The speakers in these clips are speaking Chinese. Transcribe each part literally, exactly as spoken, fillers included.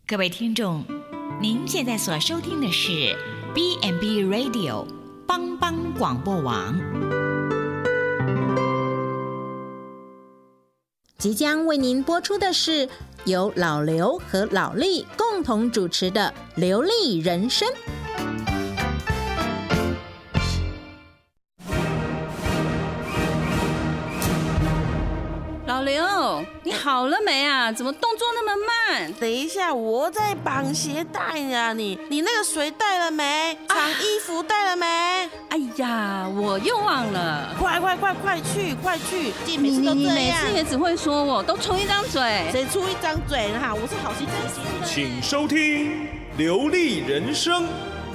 各位听众，您现在所收听的是 B and B Radio 帮帮广播网。 即将为您播出的是由老刘和老莉共同主持的《流利人生》。 老刘，你好了没啊？怎么动作那么慢？ 等一下，我在绑鞋带啊！你你那个水带了没？长衣服带了没？ 哎呀，我又忘了！ 快快快快去快去！ 你你你每次也只会说我，都出一张嘴。 谁出一张嘴哈？我是好心真心的。 请收听《流利人生》。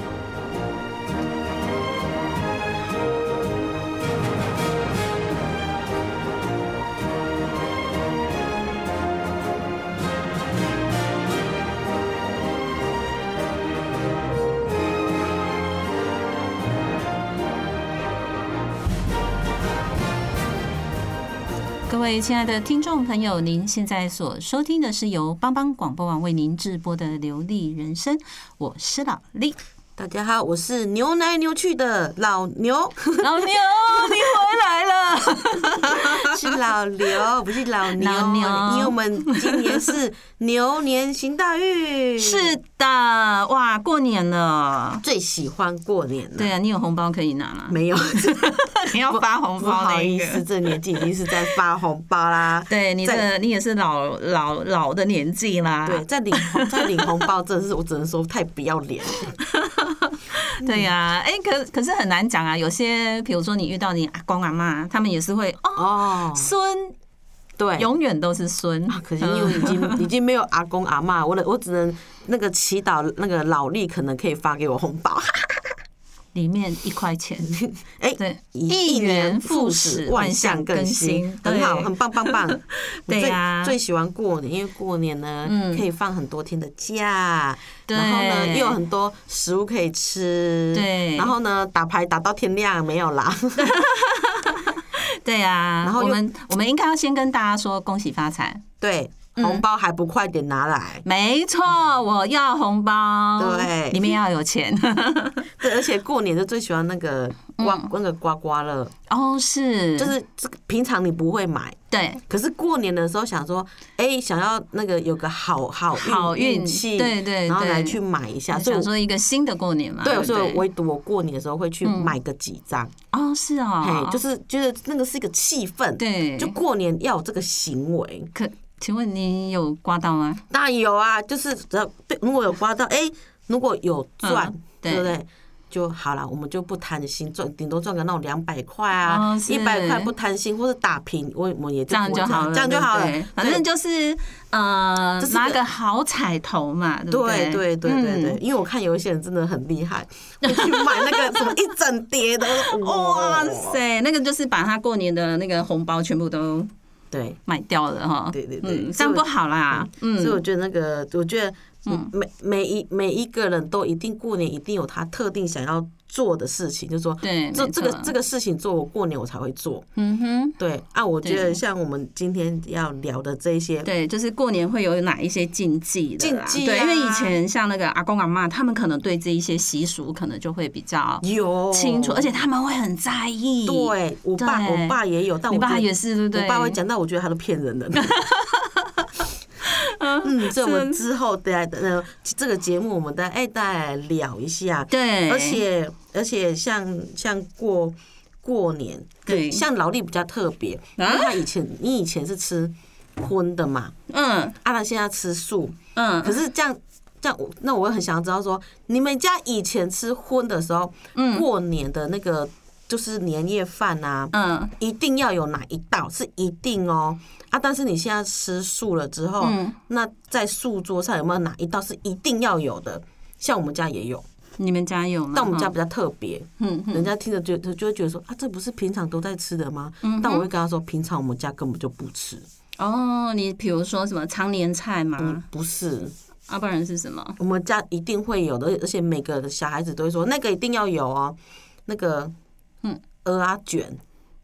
各位亲爱的听众朋友，您现在所收听的是由帮帮广播网为您直播的《流利人生》，我是老莉。 大家好，我是扭来扭去的老牛。 老牛，你回来了。 是老刘，不是老牛。 老牛， 因为我们今年是牛年行大运。 是的，哇，过年了， 最喜欢过年了。 对啊，你有红包可以拿吗？ 没有。 你要发红包， 不好意思，这年纪已经是在发红包啦。 对，你这你也是老老老的年纪啦。 对，在领在领红包，真的是我只能说太不要脸了。 对呀、啊，哎、欸，可可是很难讲啊。有些，比如说你遇到你阿公阿嬷，他们也是会哦，孙， 对， 永远都是孙、 啊。可是因为已经已经没有阿公阿嬷，我我只能那个祈祷那个老莉可能可以发给我红包。 里面一块钱， 哎，对，一元复始，万象更新，很好，很棒棒棒。 对呀， 最喜欢过年，因为过年呢可以放很多天的假，然后呢又有很多食物可以吃， 对， 然后呢打牌打到天亮没有啦。 对呀，然后我们我们应该要先跟大家说恭喜发财， 对。红包还不快点拿来？ 没错，我要红包。 对， 里面要有钱。 对，而且过年就最喜欢那个刮、嗯、那个刮刮乐。 哦，是， 就是这个平常你不会买， 对。 可是过年的时候想说，哎、欸，想要那个有个好好好运气，对 对, 对， 然后来去买一下。 所以想说一个新的过年嘛。 对，所以唯独我过年的时候会去买个几张。 哦，是哦， 嘿，就是觉得那个是一个气氛，对，就过年要有这个行为。 可。请问你有刮到吗？ 当然有啊，就是只要如果有刮到，哎、欸，如果有赚、嗯，对不对？就好了，我们就不贪心，赚顶多赚个那种两百块啊，一百块不贪心，或者打平，我我也这样就好了， 这样就好了。 反正就是呃，拿个好彩头嘛，对不对？ 对对对对对，因为我看有一些人真的很厉害，会去买那个什么一整叠的， 哇塞，那个就是把他过年的那个红包全部都。 对， 买掉了哈。 对对对， 嗯，这样不好啦。 嗯，所以我觉得那个，我觉得每每一每一个人都一定过年一定有他特定想要做的事情，就是说， 对， 这这个这个事情做，我过年我才会做。 嗯哼， 对啊，我觉得像我们今天要聊的这一些， 对，就是过年会有哪一些禁忌的禁忌， 对，因为以前像那个阿公阿嬷，他们可能对这一些习俗可能就会比较有清楚，而且他们会很在意。 对，我爸我爸也有，但我你爸也是，对不对？ 我爸会讲，但我觉得他都骗人的。嗯，所以我们之后的呃这个节目，我们再哎再来聊一下。 对， 而且而且像像过过年， 对， 像劳力比较特别，因为他以前你以前是吃荤的嘛， 嗯， 阿兰现在吃素， 嗯， 可是这样这样，那我很想要知道说，你们家以前吃荤的时候，嗯，过年的那个就是年夜饭啊，嗯，一定要有哪一道是一定哦。啊！但是你现在吃素了之后，嗯、那在素桌上有没有哪一道是一定要有的？像我们家也有， 你们家有吗？ 但我们家比较特别，嗯，人家听着就就会觉得说啊，这不是平常都在吃的吗？嗯、但我会跟他说，平常我们家根本就不吃。 哦，你比如说什么常年菜吗？ 嗯，不是， 啊，不然是什么？ 我们家一定会有的，而且每个小孩子都会说那个一定要有哦，那个嗯，蚵仔卷。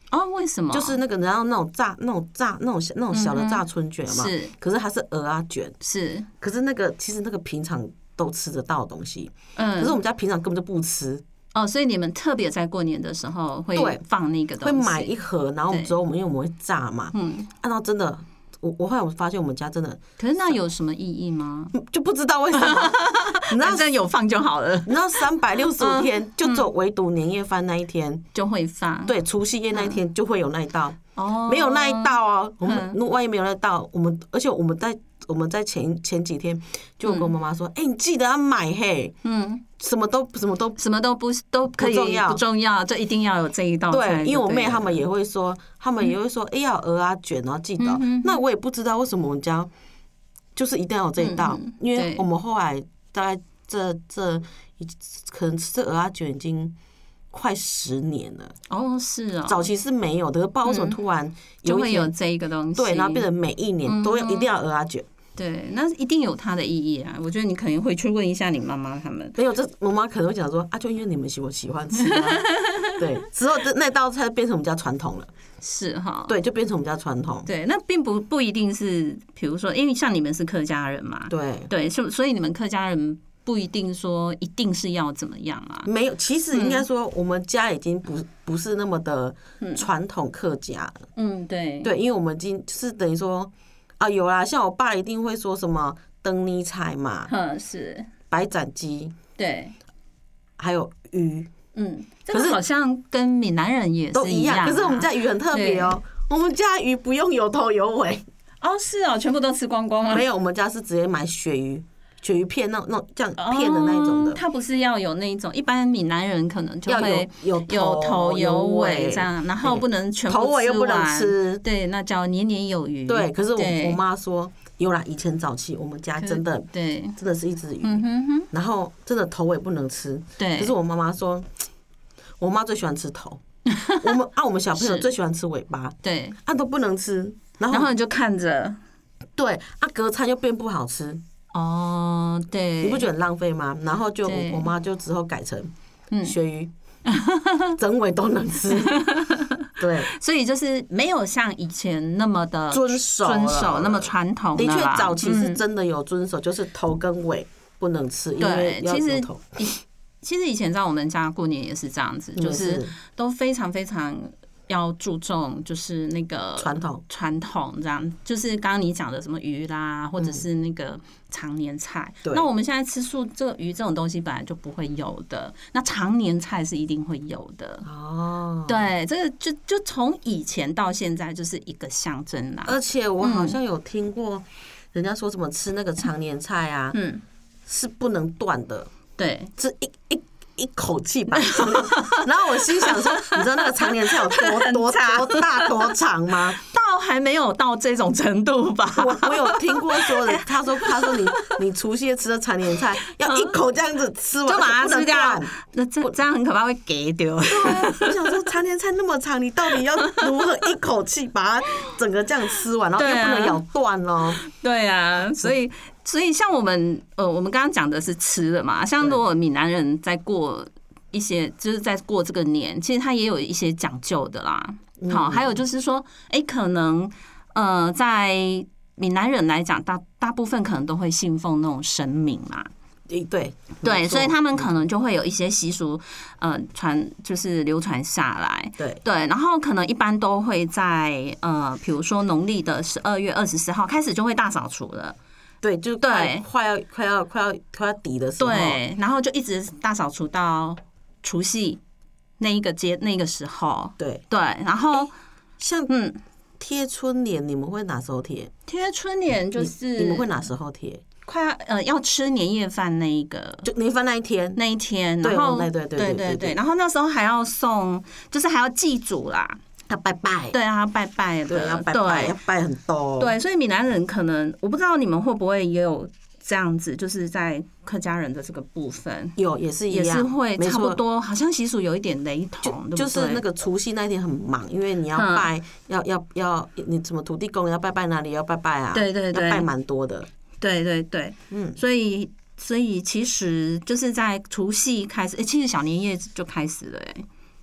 哦，为什么？ 就是那个然后那种炸那种炸那种那种小的炸春卷嘛， 是， 可是它是蚵仔卷， 是， 可是那个其实那个平常都吃得到的东西， 嗯， 可是我们家平常根本就不吃。 哦，所以你们特别在过年的时候会放那个东西， 会买一盒，然后之后我们因为我们会炸嘛，嗯，按照真的，我我后来我发现我们家真的， 可是那有什么意义吗？ 就不知道为什么， 你知道，反正有放就好了。 你知道三百六十五天，就只有唯独年夜饭那一天就会放， 对，除夕夜那一天就会有那一道， 哦， 没有那一道哦，我们万一没有那一道，我们而且我们在。我们在前前几天就跟我妈妈说，哎、嗯欸，你记得要买嘿，嗯，什么都什么都什么都不都可以不重要，不重要，就一定要有这一道菜。 对，因为我妹他们也会说，他们也会说，哎、嗯欸，要蚵仔卷，然后记得、哦嗯。那我也不知道为什么我们家就是一定要有这一道，嗯、因为我们后来大概这这可能吃蚵仔卷已经快十年了。 哦，是哦， 早期是没有的，不知道为什么突然就会有这一个东西， 对，然后变成每一年都要一定要蚵仔卷。 对，那一定有它的意义啊！我觉得你可能会去问一下你妈妈他们。 没有，这妈妈可能会讲说啊，就因为你们喜欢喜欢吃、啊，对，之后那道菜变成我们家传统了。 是哈， 对，就变成我们家传统。 对，那并不不一定是，比如说，因为像你们是客家人嘛， 对对，所所以你们客家人不一定说一定是要怎么样啊。 没有，其实应该说我们家已经不不是那么的传统客家了。 嗯，对对，因为我们已经就是等于说。啊，有啦，像我爸一定会说什么灯泥菜嘛， 嗯，是白斩鸡， 对， 还有鱼， 嗯，这个好像跟闽南人也是一样、啊，可是我们家鱼很特别哦，我们家鱼不用有头有尾， 哦，是哦，全部都吃光光吗？ 没有，我们家是直接买鳕鱼。鳕鱼片那种那种这样片的那种的， 它不是要有那一种，一般闽南人可能就会有有头有尾这样，然后不能全部头尾又不能吃， 对，那叫年年有余。 对，可是我我妈说有啦，以前早期我们家真的对， 真的是一只鱼，然后真的头尾不能吃， 对。 可是我妈妈说，我妈最喜欢吃头，我们啊我们小朋友最喜欢吃尾巴， 对， 啊都不能吃， 然后你就看着， 对，啊隔餐又变不好吃。 哦，对， 你不觉得很浪费吗？然后就我妈就之后改成鳕鱼，整尾都能吃。对， 所以就是没有像以前那么的遵守遵守那么传统。 的确，早期是真的有遵守，就是头跟尾不能吃，因为要有头。 其实以前在我们家过年也是这样子，就是都非常非常。要注重就是那个传统传统这样，就是刚刚你讲的什么鱼啦，或者是那个常年菜。 嗯、 那我们现在吃素，这个鱼这种东西本来就不会有的，那常年菜是一定会有的。 哦， 对，这个就就从以前到现在就是一个象征啦。 而且我好像有听过人家说什么吃那个常年菜啊，嗯，是不能断的。 对， 是一一。一口气把，然后我心想说，你知道那个常年菜有多多多大多长吗？ 到还没有到这种程度吧。 我我有听过说的，他说他说你你除夕吃的常年菜要一口这样子吃完就把它吃掉，那这这样很可怕，会给丢。 对，我想说常年菜那么长，你到底要如何一口气把它整个这样吃完，然后又不能咬断哦？ 对啊，所以。所以像我们呃，我们刚刚讲的是吃的嘛，像如果闽南人在过一些，就是在过这个年，其实他也有一些讲究的啦。好，还有就是说，哎、欸，可能呃，在闽南人来讲，大大部分可能都会信奉那种神明啦。 对对，所以他们可能就会有一些习俗，呃，传就是流传下来。 对对，然后可能一般都会在呃，比如说农历的十二月二十四号开始就会大扫除了。 对，就快快要快要快要快要底的时候， 对，然后就一直大扫除到除夕那一个阶那个时候， 对对，然后像嗯贴春联，你们会哪时候贴？ 贴春联就是你们会哪时候贴？ 快呃要吃年夜饭那一个， 就年夜饭那一天那一天，然后对对对对对，然后那时候还要送，就是还要祭祖啦。 要拜拜， 对啊，要拜拜的， 对，要拜拜，要拜很多。 对，所以闽南人可能我不知道你们会不会也有这样子，就是在客家人的这个部分， 有也是一样， 也是会差不多，好像习俗有一点雷同， 就就是那个除夕那天很忙，因为你要拜，要要要你什么土地公要拜拜哪里要拜拜啊， 对对对， 要拜蛮多的， 对对对，嗯，所以所以其实就是在除夕开始，哎，其实小年夜就开始了，哎。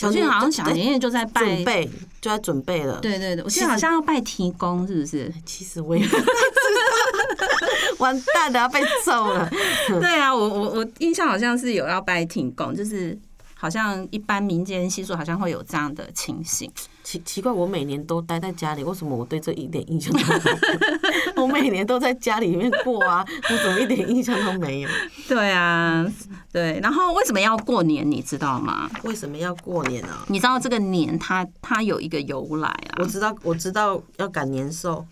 我记得好像小年夜就在拜， 准备就在准备了。 对对对，我记得好像要拜提公，是不是？ 其实我也不知道，完蛋了，要被揍了。 对啊，我我我印象好像是有要拜提公，就是好像一般民间习俗好像会有这样的情形。 奇奇怪，我每年都待在家里，为什么我对这一点印象都没有？我每年都在家里面过啊，我怎么一点印象都没有？ 对啊，对。然后为什么要过年，你知道吗？ 为什么要过年啊？ 你知道这个年它它有一个由来啊？ 我知道，我知道要赶年兽。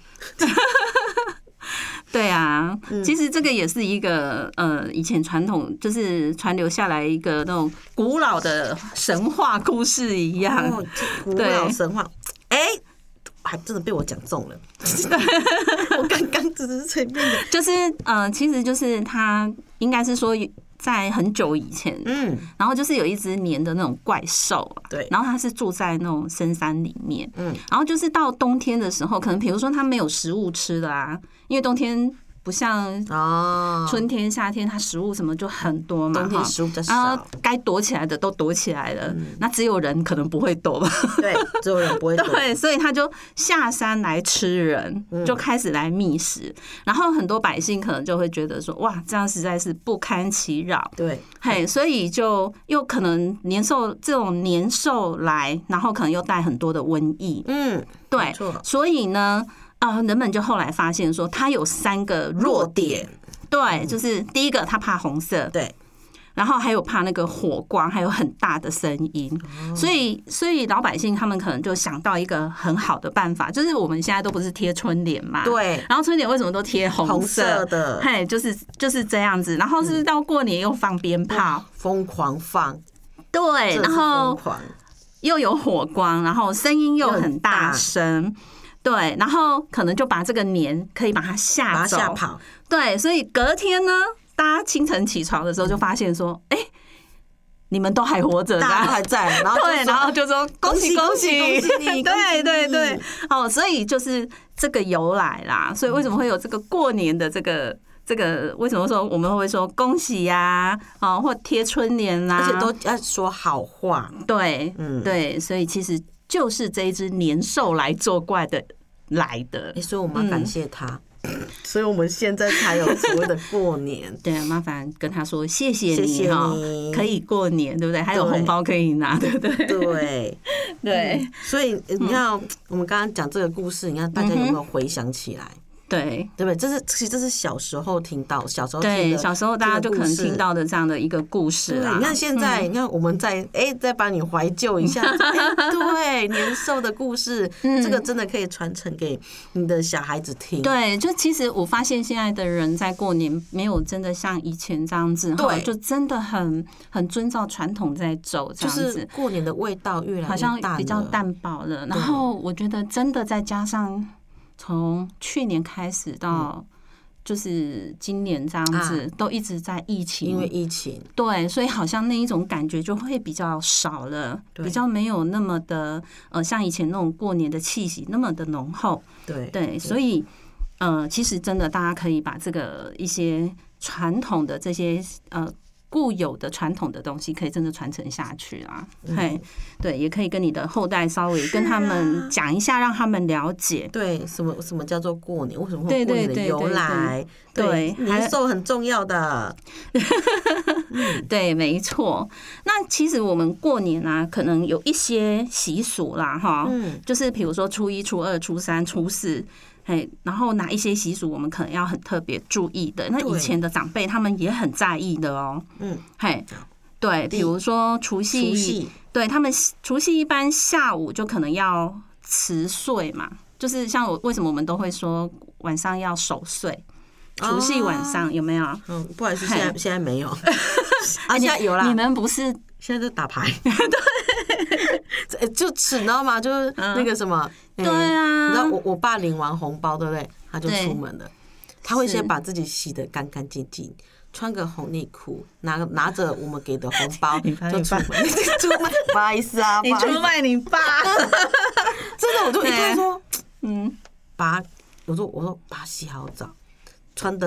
对啊，其实这个也是一个呃，以前传统就是传留下来一个那种古老的神话故事一样。 哦，古老神话，哎、欸，还真的被我讲中了。我刚刚只是随便的， 就是呃，其实就是他应该是说。在很久以前，嗯，然后就是有一只年的那种怪兽啊， 对， 然后它是住在那种深山里面，嗯，然后就是到冬天的时候，可能比如说它没有食物吃的啊，因为冬天不像哦春天、夏天，它食物什么就很多嘛， 冬天食物比较少， 然后该躲起来的都躲起来了，那只有人可能不会躲吧？ 对，只有人不会躲， 对，所以他就下山来吃人，就开始来觅食，然后很多百姓可能就会觉得说，哇，这样实在是不堪其扰， 对， 嘿，所以就又可能年兽这种年兽来，然后可能又带很多的瘟疫，嗯，对，所以呢。啊，人们就后来发现说，它有三个弱点，对，就是第一个，它怕红色， 对， 然后还有怕那个火光，还有很大的声音，所以，所以老百姓他们可能就想到一个很好的办法，就是我们现在都不是贴春联嘛， 对， 然后春联为什么都贴红色的？ 嘿，就是就是这样子，然后是到过年又放鞭炮， 疯狂放， 对，然后又有火光，然后声音又很大声。对，然后可能就把这个年可以把它吓走， 吓跑。 对，所以隔天呢，大家清晨起床的时候就发现说，哎、欸，你们都还活着， 大家都还在，然后对，然后就说恭喜恭喜恭喜你， 对对对，哦，所以就是这个由来啦。所以为什么会有这个过年的这个这个？为什么说我们会说恭喜呀、啊，哦，或贴春联啦、 啊，而且都要说好话。 对，嗯，对，所以其实。就是这一只年兽来作怪的来的， 欸、所以我们要感谢他，嗯、所以我们现在才有所谓的过年。 对，麻烦跟他说谢谢你哈，可以过年，对不对？还有红包可以拿，对不对？ 对对、 嗯，所以你看，我们刚刚讲这个故事，你看大家有没有回想起来？ 对， 对不对？这是其实这是小时候听到，小时候听对，小时候大家就可能听到的这样的一个故事啦。 你看现在，嗯、你看我们再哎再把你怀旧一下，对年兽的故事，嗯、这个真的可以传承给你的小孩子听。 对，就其实我发现现在的人在过年没有真的像以前这样子，对，就真的很很遵照传统在走，这样子。 就是过年的味道越来越淡了， 好像比较淡薄了。然后我觉得真的再加上。从去年开始到就是今年这样子，啊、都一直在疫情， 因为疫情， 对，所以好像那一种感觉就会比较少了，比较没有那么的呃，像以前那种过年的气息那么的浓厚， 对对，所以呃，其实真的大家可以把这个一些传统的这些呃。固有的传统的东西可以真的传承下去啊，嘿、嗯，对，也可以跟你的后代稍微跟他们讲一下，让他们了解， 对，什么什么叫做过年，为什么会过年的由来， 对， 年兽很重要的， 对，没错。那其实我们过年啊，可能有一些习俗啦，哈，嗯，就是比如说初一、初二、初三、初四。然后哪一些习俗我们可能要很特别注意的？那以前的长辈他们也很在意的哦。嗯，嘿，对，比如说除夕，除夕对他们除夕一般下午就可能要辞岁嘛，就是像我为什么我们都会说晚上要守岁？除夕晚上有没有？ 嗯，不好意思，现在现在没有，啊，现在有啦。 你们不是现在在打牌？对，就你知道吗？就是那个什么。 对啊， 你知道我我爸领完红包，对不对？他就出门了。他会先把自己洗得干干净净，穿个红内裤，拿拿着我们给的红包就出门。出门，不好意思啊， 你出卖你爸。 真的，我就一看说，嗯，把我说我说把他洗好澡，穿的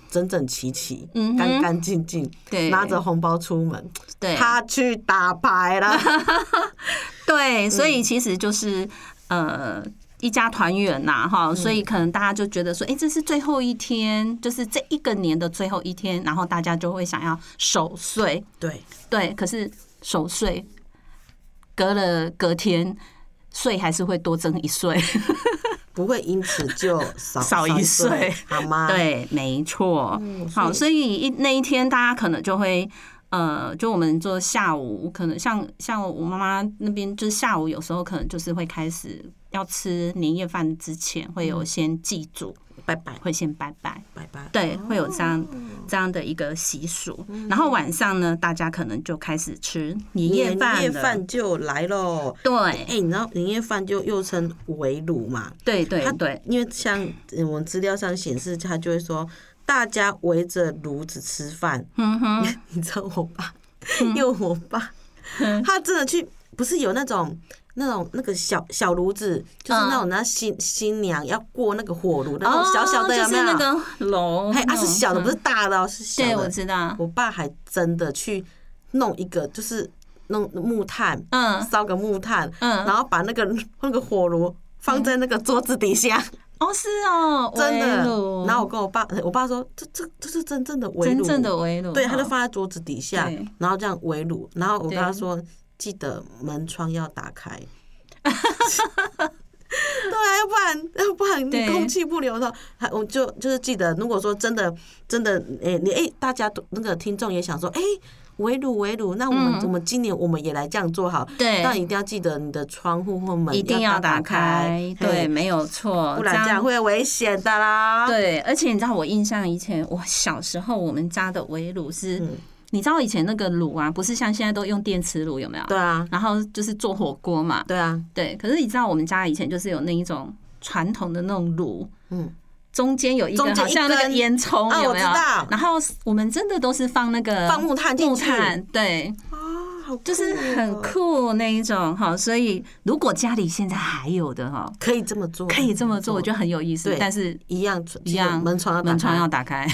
整整齐齐、 嗯干干净净， 对， 拿着红包出门， 对， 他去打牌了。 对，所以其实就是呃。一家团圆呐，哈，所以可能大家就觉得说，哎、欸，这是最后一天，就是这一个年的最后一天，然后大家就会想要守岁， 对对，可是守岁隔了隔天，岁还是会多增一岁， 不会因此就少少一岁， 好吗？ 对，没错。 嗯、 好，所以一那一天大家可能就会。呃，就我们做下午，可能像像我妈妈那边，就是下午有时候可能就是会开始要吃年夜饭之前，会有先祭祖、 拜拜， 会先拜拜拜拜， 对，会有这样这样的一个习俗。然后晚上呢，大家可能就开始吃年夜饭了， 年夜饭就来咯。 对， 哎，你知道年夜饭就又称围炉嘛？ 对对对， 因为像我们资料上显示，他就会说。大家围着炉子吃饭，嗯哼，你知道我爸，因为我爸，他真的去，不是有那种那种那个小小炉子，就是那种那新新娘要过那个火炉那种小小的，有没有？ 就是那个楼， 哎，它是小的，不是大的，是小的。 对，我知道。 我爸还真的去弄一个，就是弄木炭，嗯，烧个木炭，嗯，然后把那个那个火炉放在那个桌子底下。 哦，是哦， 真的。然后我跟我爸，我爸说：“这这这是真正的围炉， 真正的围炉。”对， 他就放在桌子底下，然后这样围炉。然后我跟他说：“记得门窗要打开。”对啊，要不然要不然你空气不流通。我就就是记得，如果说真的真的，哎，你哎，大家都那个听众也想说，哎。围炉围炉，那我们、嗯、我们今年我们也来这样做好。 对， 但一定要记得你的窗户或门一定要打开。对，没有错， 不然这样会危险的啦。 对，而且你知道我印象以前我小时候我们家的围炉是，嗯、你知道以前那个炉啊，不是像现在都用电磁炉有没有？ 对啊。 然后就是做火锅嘛。 对啊。 对，可是你知道我们家以前就是有那一种传统的那种炉，嗯。中间有一个好像那个烟囱，有没有？然后我们真的都是放那个放木炭进去， 对，就是很酷那一种哈。所以如果家里现在还有的哈， 可以这么做， 可以这么做，我觉得很有意思。但是一样一样， 门窗门窗要打开。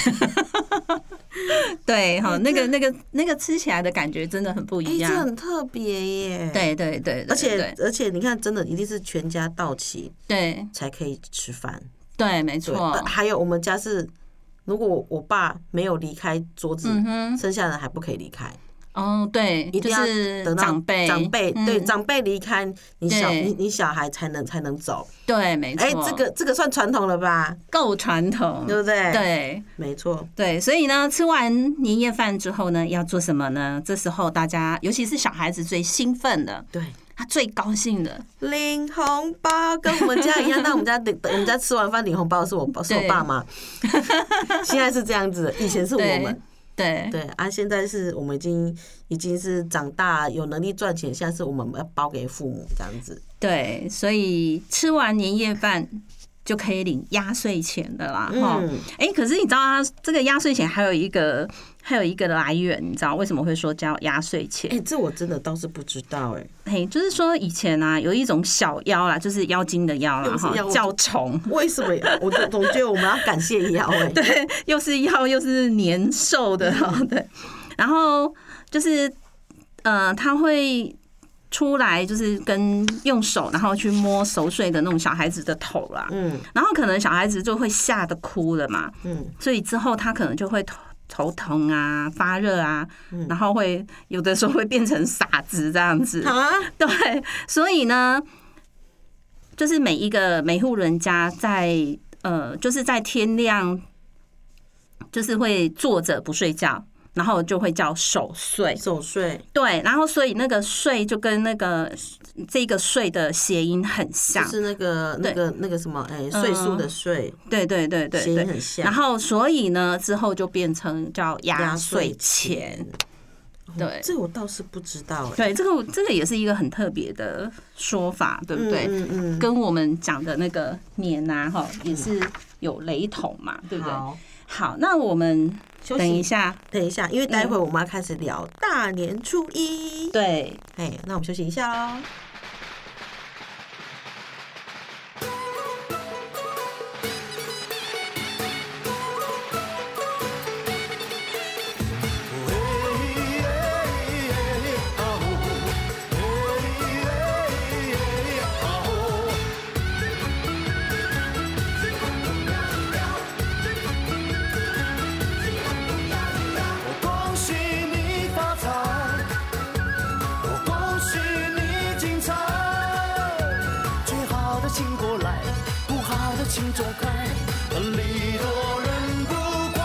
对哈，那个那个那个吃起来的感觉真的很不一样， 这很特别耶。 对对对， 而且而且你看，真的一定是全家到齐， 对， 才可以吃饭。 对，没错。 还有我们家是，如果我爸没有离开桌子，嗯、剩下的还不可以离开。 哦，对， 一定要等到长辈长辈、嗯、对长辈离开，你小你你小孩才能才能走。 对，没错。 哎、欸，这个这个算传统了吧？ 够传统， 对不对？ 对， 没错。 对，所以呢，吃完年夜饭之后呢，要做什么呢？这时候大家，尤其是小孩子最兴奋的， 对。 他最高兴的领红包，跟我们家一样。但我们家领我们家吃完饭领红包是我是我爸妈，现在是这样子，以前是我们。 对对啊，现在是我们已经已经是长大有能力赚钱，现在是我们要包给父母这样子。 对，所以吃完年夜饭就可以领压岁钱的啦。哈、嗯，哎、欸，可是你知道啊，这个压岁钱还有一个还有一个来源，你知道为什么会说叫压岁钱？ 哎、欸，这我真的倒是不知道哎、 欸。嘿，就是说以前啊，有一种小妖啦，就是妖精的妖啦，哈，叫虫。 为什么？我总总觉得我们要感谢妖哎、欸。 对，又是妖又是年兽的哈、嗯，对。然后就是呃，他会出来，就是跟用手，然后去摸熟睡的那种小孩子的头啦。嗯。然后可能小孩子就会吓得哭了嘛。嗯。所以之后他可能就会头痛啊，发热啊，然后会有的时候会变成傻子这样子啊。对，所以呢，就是每一个每户人家在呃，就是在天亮，就是会坐着不睡觉。然后就会叫守岁， 守岁对，然后所以那个岁就跟那个这个岁的谐音很像， 就是那个那个那个什么哎，岁数的岁， 对对对对， 谐音很像。 然后所以呢，之后就变成叫压岁钱。对， 这我倒是不知道哎。 对，这个这个也是一个很特别的说法，对不对？嗯嗯，跟我们讲的那个年啊，哈，也是有雷同嘛，对不对？好，那我们等一下， 等一下，因为待会我们要开始聊大年初一。 对， 哎，那我们休息一下喽。 请走开，礼多人不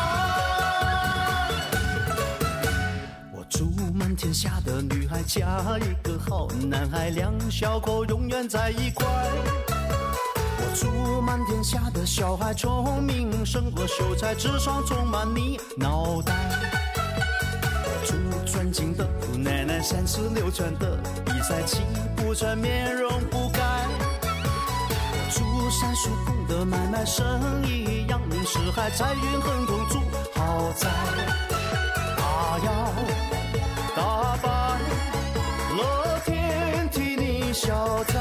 怪。我祝满天下的女孩嫁一个好男孩，两小口永远在一块。我祝满天下的小孩聪明，胜过秀才，智商充满你脑袋。我祝尊敬的姑奶奶三十六圈的比赛气不喘，面容不改。我祝三叔公的买卖生意扬名四海，财运亨通住豪宅。他要打败乐天替你消灾，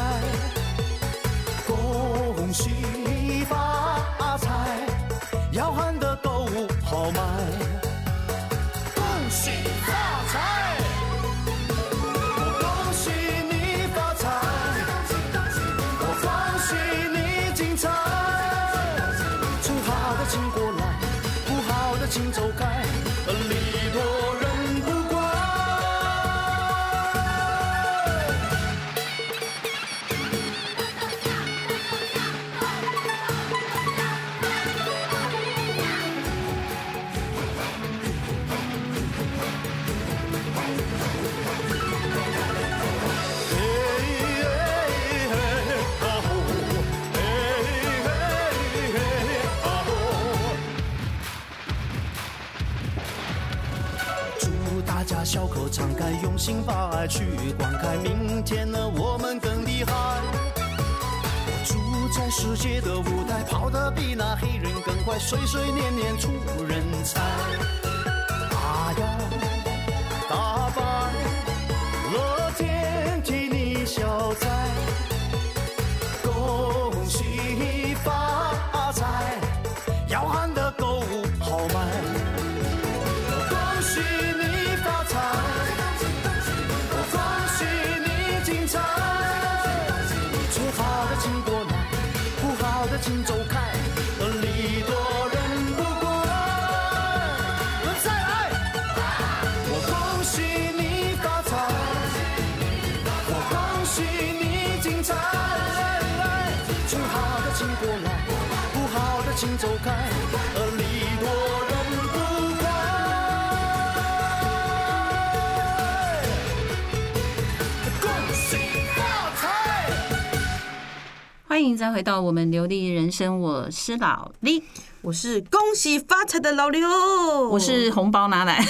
恭喜发财，要喊得购物好卖。恭喜发财，我恭喜你发财，我恭喜你精彩。最好的请过来，不好的请走开，礼多人不怪。大家小口敞开，用心把爱去灌溉，明天呢我们更厉害。我住在世界的舞台，跑得比那黑人更快，岁岁年年出人才。他要打败乐天替你消灾，恭喜发财，要喊得购物好卖。恭喜你发财，我恭喜你精彩。最好的请过来，不好的请走开，礼多人不怪。再来，我恭喜你发财，我恭喜你精彩。最好的请过来，不好的请走开，礼多人不怪。 欢迎再回到我们流利人生，我是老李， 我是恭喜发财的老刘， 我是红包拿来。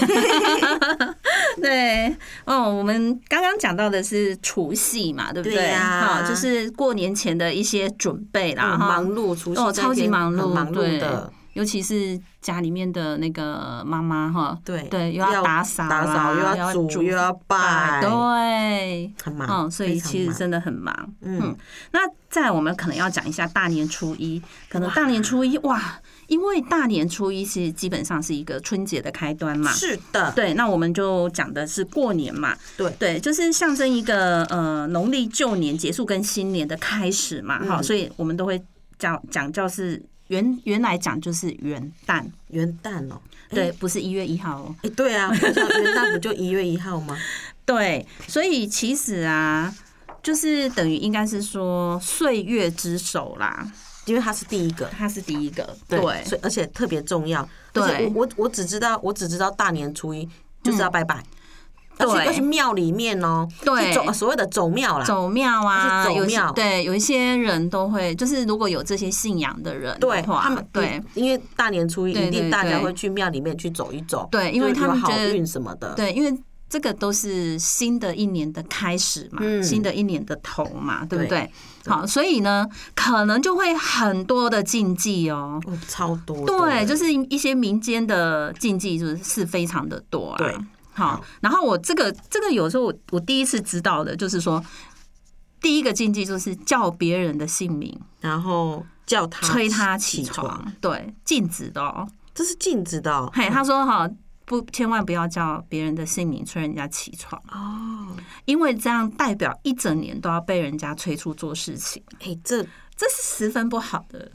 对，哦，我们刚刚讲到的是除夕嘛，对不对？ 对呀， 好，就是过年前的一些准备啦，哈， 忙碌，除夕哦，超级忙碌， 忙碌的。 尤其是家里面的那个妈妈哈， 对对，又要打扫， 打扫又要煮又要拜， 对， 很忙， 嗯，所以其实真的很忙。嗯，那再来我们可能要讲一下大年初一，可能大年初一哇，因为大年初一是基本上是一个春节的开端嘛， 是的， 对，那我们就讲的是过年嘛， 对对，就是象征一个呃农历旧年结束跟新年的开始嘛，好，所以我们都会讲讲叫是。原原来讲就是元旦， 元旦哦， 对，不是一月一号哦。 哎，对啊，元旦不就一月一号吗？ 对，所以其实啊，就是等于应该是说岁月之首啦， 因为它是第一个， 它是第一个， 对，所以而且特别重要。而且我我我只知道，我只知道大年初一就是要拜拜。而且要去庙里面哦， 对， 走所谓的走庙啦， 走庙啊， 走庙， 对，有一些人都会，就是如果有这些信仰的人的话， 他们对，因为大年初一一定大家会去庙里面去走一走， 对，因为他们觉得好运什么的， 对，因为这个都是新的一年的开始嘛，嗯、新的一年的头嘛，对不对？好，所以呢，可能就会很多的禁忌哦， 哦超多， 对，就是一些民间的禁忌，就是是非常的多啊。 对。 好，然后我这个这个有时候我我第一次知道的就是说，第一个禁忌就是叫别人的姓名， 然后叫他催他起床，对，禁止的哦， 这是禁止的哦。 嘿，他说哈，不，千万不要叫别人的姓名催人家起床哦，因为这样代表一整年都要被人家催促做事情。 哎，这这是十分不好的。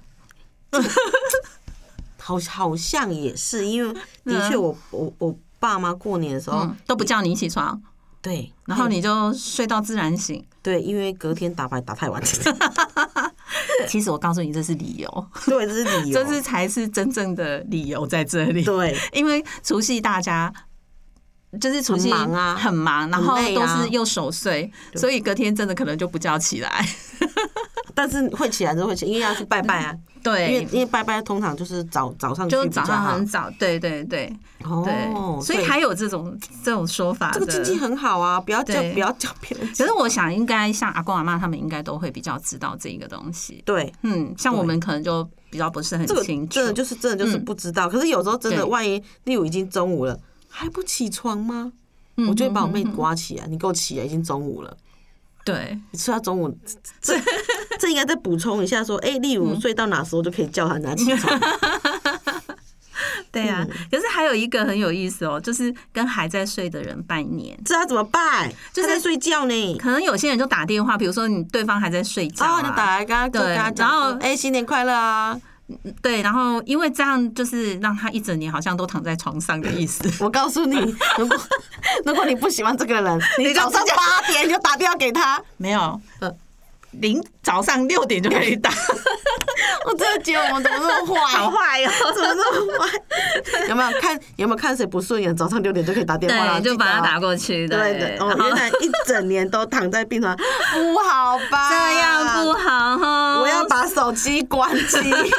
好，好像也是，因为的确我，我我我。爸妈过年的时候、嗯、 都不叫你起床， 对， 然后你就睡到自然醒。 对，因为隔天打牌打太晚。 其实我告诉你，这是理由， 对，这是理由， 这是才是真正的理由在这里。 对， 因为除夕大家就是除夕很忙啊， 很忙，然后很累啊都是又守岁，所以隔天真的可能就不叫起来。 但是会起来就会起来，因为要去拜拜啊。 对， 因为因为拜拜通常就是早早上去就早比较好上很早，对对对， 哦对，所以还有这种这种说法的。 这个经济很好啊，不要叫对不要叫别人。 可是我想，应该像阿公阿嬷他们应该都会比较知道这个东西。 对， 嗯，像我们可能就比较不是很这个清楚。 真的就是真的就是不知道。可是有时候真的， 对万一例如已经中午了，还不起床吗？我就会把我妹刮起来，你给我起来，已经中午了。 对， 你睡到中午，这这应该再补充一下，说，哎，例如睡到哪时候就可以叫他拿起床。 对呀、啊，可是还有一个很有意思哦，就是跟还在睡的人拜年， 这要怎么办？就是在睡觉呢。 可能有些人就打电话，比如说你对方还在睡觉、啊， 哦，你打来跟他跟他讲，然后哎，新年快乐啊！ 对，然后因为这样就是让他一整年好像都躺在床上的意思。 我告诉你，如果如果你不喜欢这个人，你早上八点你就打电话给他， 没有，呃，零早上六点就可以打。 我真的觉得我们怎么那么坏， 好坏哦， 怎么那么坏？有没有看有没有看谁不顺眼，早上六点就可以打电话， 对，就把他打过去。 对对，哦，原来一整年都躺在病床，不好吧？ 这样不好哈， 我要把手机关机。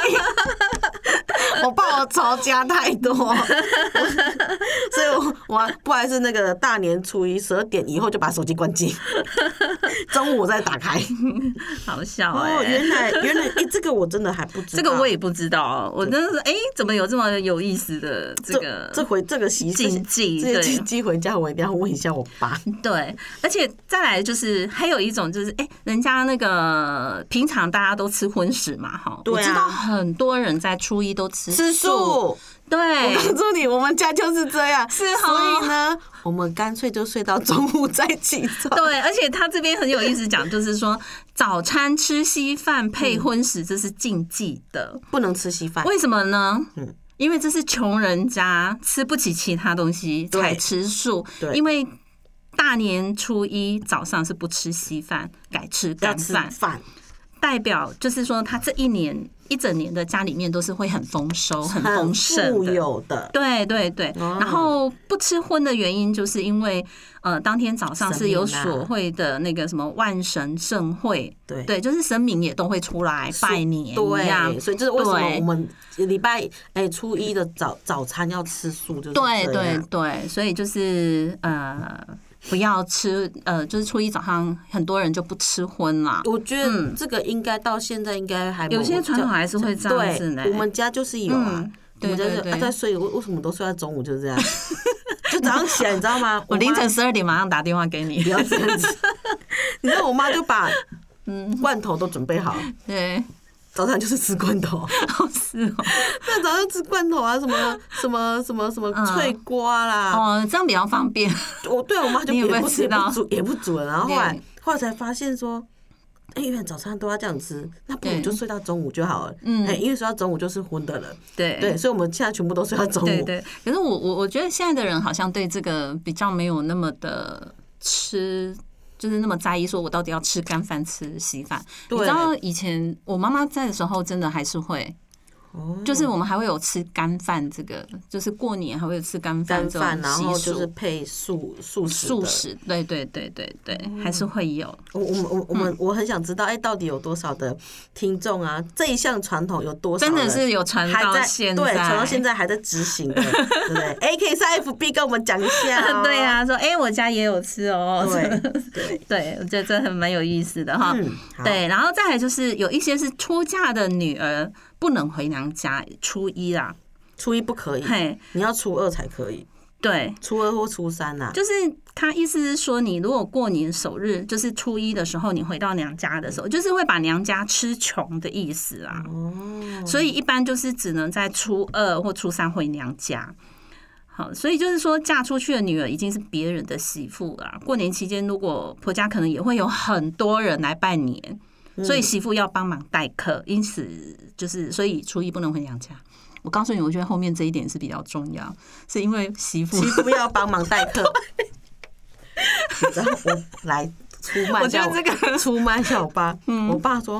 我怕我仇家太多，所以我我不好意思，那个大年初一十二点以后就把手机关机，中午再打开。 好笑哎、欸！ 哦，原来原来哎、欸，这个我真的还不知道， 这个我也不知道，我真的是哎、欸，怎么有这么有意思的这个这回这个习禁忌？ 这个禁忌回家我一定要问一下我爸。 对，而且再来就是还有一种就是哎、欸，人家那个平常大家都吃荤食嘛哈， 对啊， 我知道很多人在初一都吃吃素。 对， 我告诉你，我们家就是这样， 是哦， 所以呢，我们干脆就睡到中午再起床。 对，而且他这边很有意思讲，就是说早餐吃稀饭配荤食，这是禁忌的， 不能吃稀饭。 为什么呢？ 嗯， 因为这是穷人家吃不起其他东西才吃素，因为大年初一早上是不吃稀饭，改吃干饭，代表就是说他这一年。一整年的家里面都是会很丰收、很丰盛的， 富有的。 对对对，哦、然后不吃荤的原因，就是因为呃，当天早上是有所谓的那个什么万神盛会， 对对，就是神明也都会出来拜年一样， 所以这是为什么我们礼拜哎初一的早早餐要吃素，就是对对对，所以就是呃。不要吃，呃，就是初一早上很多人就不吃荤啦。 我觉得这个应该到现在应该还有些传统还是会这样子呢。 我们家就是有啊，我们家就在睡，为什么都睡到中午就是这样？就早上起来，你知道吗？ 我凌晨十二点马上打电话给你， 不要这样子。你知道我妈就把嗯罐头都准备好， 对。 早上就是吃罐头， 是哦。 那早上吃罐头啊，什么什么什么什么脆瓜啦， 哦，这样比较方便。 我对我妈就也不知道， 煮也不煮了。然后后来后来才发现说，哎，原来早餐都要这样吃，那不如就睡到中午就好了。嗯，因为睡到中午就是荤的了。 对对，所以我们现在全部都睡到中午。 对对。可是我我我觉得现在的人好像对这个比较没有那么的吃。就是那么在意，说我到底要吃干饭吃稀饭？你知道以前我妈妈在的时候，真的还是会，就是我们还会有吃干饭，这个就是过年还会有吃干饭这种习俗， 然后就是配素素食素食，对对对对对，还是会有。 我我我我们我很想知道，哎，到底有多少的听众啊？这一项传统有多少真的是有传到现在， 对，传到现在还在执行的，对不对？哎，可以上 F B 跟我们讲一下。 对啊，说哎，我家也有吃哦。 对对对，我觉得这很蛮有意思的哈。对，然后再来就是有一些是出嫁的女儿。不能回娘家，初一啦， 初一不可以，嘿，你要初二才可以。 对， 初二或初三呐、啊， 就是他意思是说，你如果过年首日就是初一的时候，你回到娘家的时候，就是会把娘家吃穷的意思啊。哦，所以一般就是只能在初二或初三回娘家。好，所以就是说，嫁出去的女儿已经是别人的媳妇了。过年期间，如果婆家可能也会有很多人来拜年。所以媳妇要帮忙待客，因此就是所以初一不能回娘家。我告诉你，我觉得后面这一点是比较重要，是因为媳妇媳妇要帮忙待客。你知道我来出卖一下我，出卖一下我爸。我爸说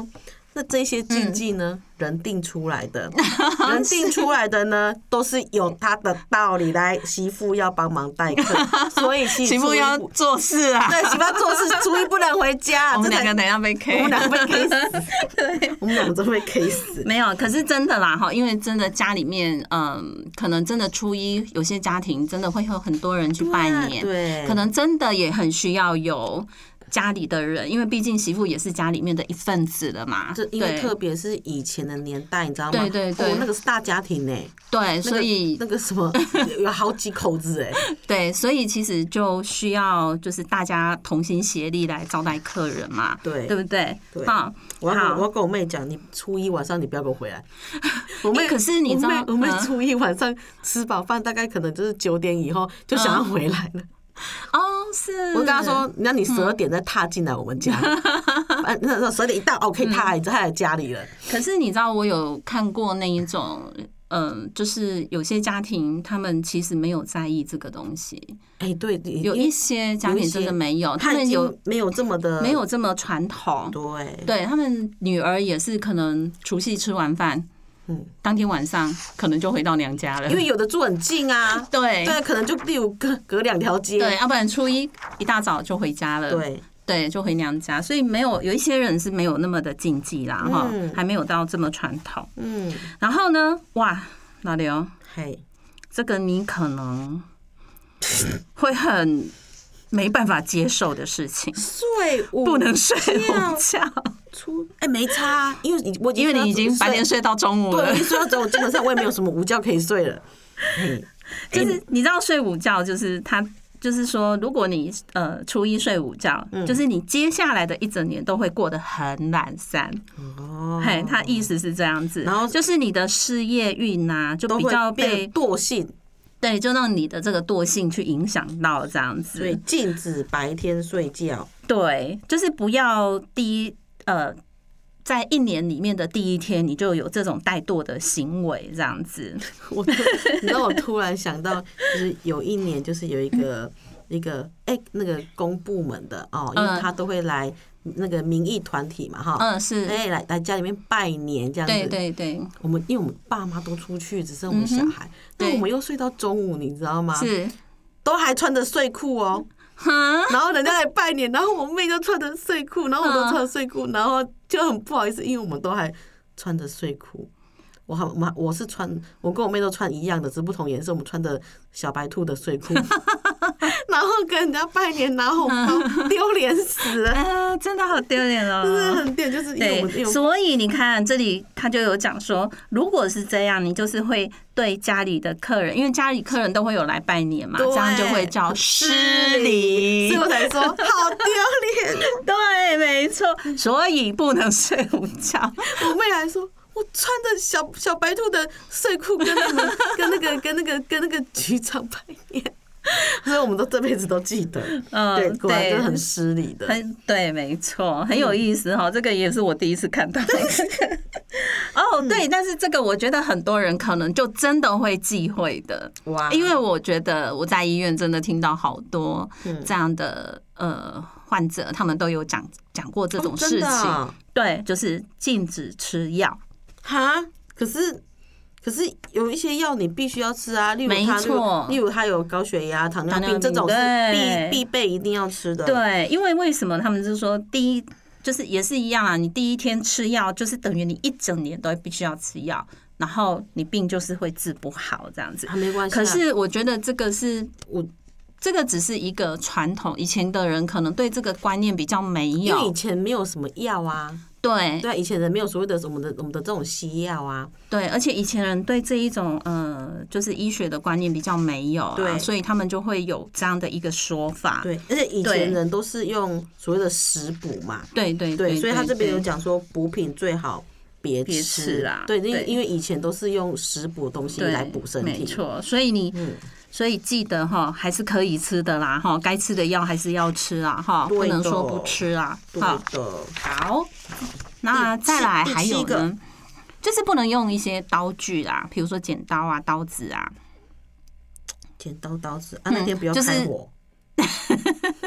那这些禁忌呢，嗯、人定出来的，人定出来的呢，都是有他的道理。来，媳妇要帮忙代课，所以媳妇要做事啊， 对，媳妇要做事，初一不能回家。 我们两个等一下被 K， 我们两个被 K 死，对，我们两个都被 K 死。 没有，可是真的啦哈，因为真的家里面，嗯，可能真的初一有些家庭真的会有很多人去拜年， 对， 可能真的也很需要有家里的人，因为毕竟媳妇也是家里面的一份子了嘛。 就因为特别是以前的年代，你知道吗？ 对对对， 哦，那个是大家庭呢。 对，所以那个什么有好几口子哎。 对，所以其实就需要就是大家同心协力来招待客人嘛。 对， 对不对？ 对。 好， 我要我要跟我妹讲，你初一晚上你不要给我回来。我妹可是你知道， 我妹初一晚上吃饱饭，大概可能就是九点以后就想要回来了。 哦，是。 我跟他说，那你十二点再踏进来我们家，嗯，那时候十二点一到，哦，可以踏他来家里了。 可是你知道，我有看过那一种，嗯，就是有些家庭他们其实没有在意这个东西。 哎，对， 有一些家庭真的没有，他们有没有这么的没有这么传统。 对， 对他们女儿也是可能除夕吃完饭。嗯，当天晚上可能就回到娘家了， 因为有的住很近啊。 对对，可能就例如隔隔两条街， 对，要不然初一一大早就回家了。 对对，就回娘家，所以没有有一些人是没有那么的禁忌啦，哈、嗯，还没有到这么传统。嗯，然后呢，哇，老刘， 嘿， 这个你可能会很没办法接受的事情， 睡午不能睡午觉。 出哎、欸、没差、啊，因为你我因为你已经白天睡到中午了， 对，我睡到中午，基本上我也没有什么午觉可以睡了。 就是你知道睡午觉，就是他就是说，如果你呃初一睡午觉，嗯、就是你接下来的一整年都会过得很懒散。哦，嘿，他意思是这样子，然后就是你的事业运啊，就比较被惰性。 对，就让你的这个惰性去影响到这样子， 所以禁止白天睡觉。 对，就是不要第一呃，在一年里面的第一天，你就有这种怠惰的行为，这样子。 我，你知道，我突然想到，就是有一年，就是有一个一个哎、欸，那个公部门的哦，因为他都会来那个民意团体嘛，哈， 嗯，是， 哎、欸，来来家里面拜年这样子。 对对对。 我们因为我们爸妈都出去，只剩我们小孩，但、嗯、我们又睡到中午，你知道吗？ 是， 都还穿着睡裤哦。然后人家来拜年，然后我妹就穿着睡裤，然后我都穿着睡裤，然后就很不好意思，因为我们都还穿着睡裤。我还我我是穿，我跟我妹都穿一样的，只是不同颜色。我们穿着小白兔的睡裤，然后跟人家拜年拿红包，丢脸死了！ 啊，真的好丢脸哦， 真的很丢脸，就是因为我们。 所以你看，这里他就有讲说，如果是这样，你就是会对家里的客人，因为家里客人都会有来拜年嘛，这样就会叫失礼， 所以我才说好丢脸。 对，没错，所以不能睡午觉。 我妹还说。我穿着小小白兔的睡裤，跟你们跟那个跟那个跟那个局长拜年，所以我们都这辈子都记得。嗯，对，果然就是很失礼的。 很对，没错，很有意思哈。这个也是我第一次看到。哦，对，但是这个我觉得很多人可能就真的会忌讳的。哇！因为我觉得我在医院真的听到好多这样的呃患者，他们都有讲讲过这种事情。哦、对，就是禁止吃药。 哈，可是可是有一些药你必须要吃啊，例如它，例如它有高血压、糖尿病这种是必必备一定要吃的。 对，因为为什么他们是说第一就是也是一样啊，你第一天吃药就是等于你一整年都必须要吃药，然后你病就是会治不好这样子。 啊，没关系。 可是我觉得这个是我。这个只是一个传统，以前的人可能对这个观念比较没有， 因为以前没有什么药啊。 对对，以前人没有所谓的我们的我们的这种西药啊。 对，而且以前人对这一种呃，就是医学的观念比较没有、啊，对，所以他们就会有这样的一个说法。 对，而且以前人都是用所谓的食补嘛。 对对 对, 对，所以他这边有讲说补品最好别吃, 吃啊。 对，因为因为以前都是用食补的东西来补身体， 没错。所以你。嗯所以记得哈，还是可以吃的啦哈，该吃的药还是要吃啊哈，不能说不吃啊。 对的。 好，那再来还有呢，就是不能用一些刀具啊，比如说剪刀啊、刀子啊。 剪刀、刀子啊，那天不要开火。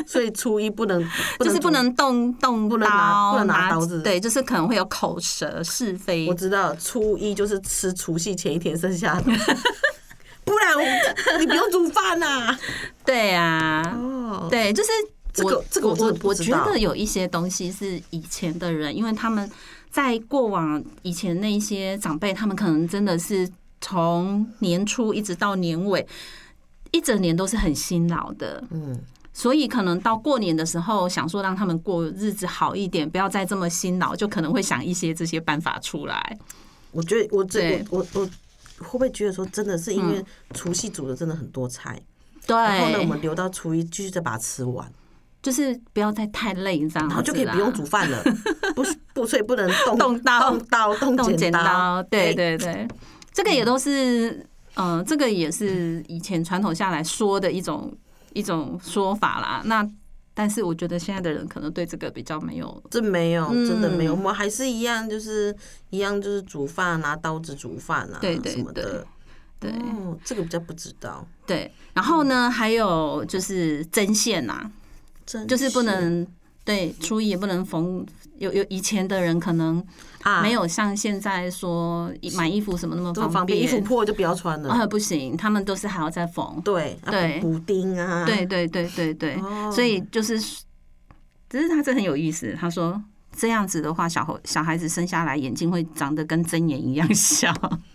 所以初一不能，不能就是不能动动不能拿不能拿刀子， 对，就是可能会有口舌是非。 我知道初一就是吃除夕前一天剩下的，不然我你不用煮饭呐。 对啊， 哦， 对，就是这个这个我我我觉得有一些东西是以前的人，因为他们在过往以前那些长辈，他们可能真的是从年初一直到年尾，一整年都是很辛劳的，嗯。所以可能到过年的时候，想说让他们过日子好一点，不要再这么辛劳，就可能会想一些这些办法出来。 我觉得我这我我我会不会觉得说，真的是因为除夕煮的真的很多菜， 对， 然后呢，我们留到初一继续再把它吃完， 就是不要再太累这样， 然后就可以不用煮饭了，不不所以不能动动刀动刀动剪刀， 对对对，这个也都是嗯、呃，这个也是以前传统下来说的一种。一种说法啦，那但是我觉得现在的人可能对这个比较没有， 这没有，真的没有，我们还是一样，就是一样，就是煮饭拿刀子煮饭啊， 对对什么的， 对， 哦，这个比较不知道。 对，然后呢，还有就是针线呐，就是不能对初一也不能缝，有有以前的人可能。没有像现在说买衣服什么那么方便， 衣服破就不要穿了啊，不行，他们都是还要再缝， 对对，补丁啊， 对对对对对，所以就是，只是他这很有意思，他说这样子的话，小孩小孩子生下来眼睛会长得跟针眼一样小，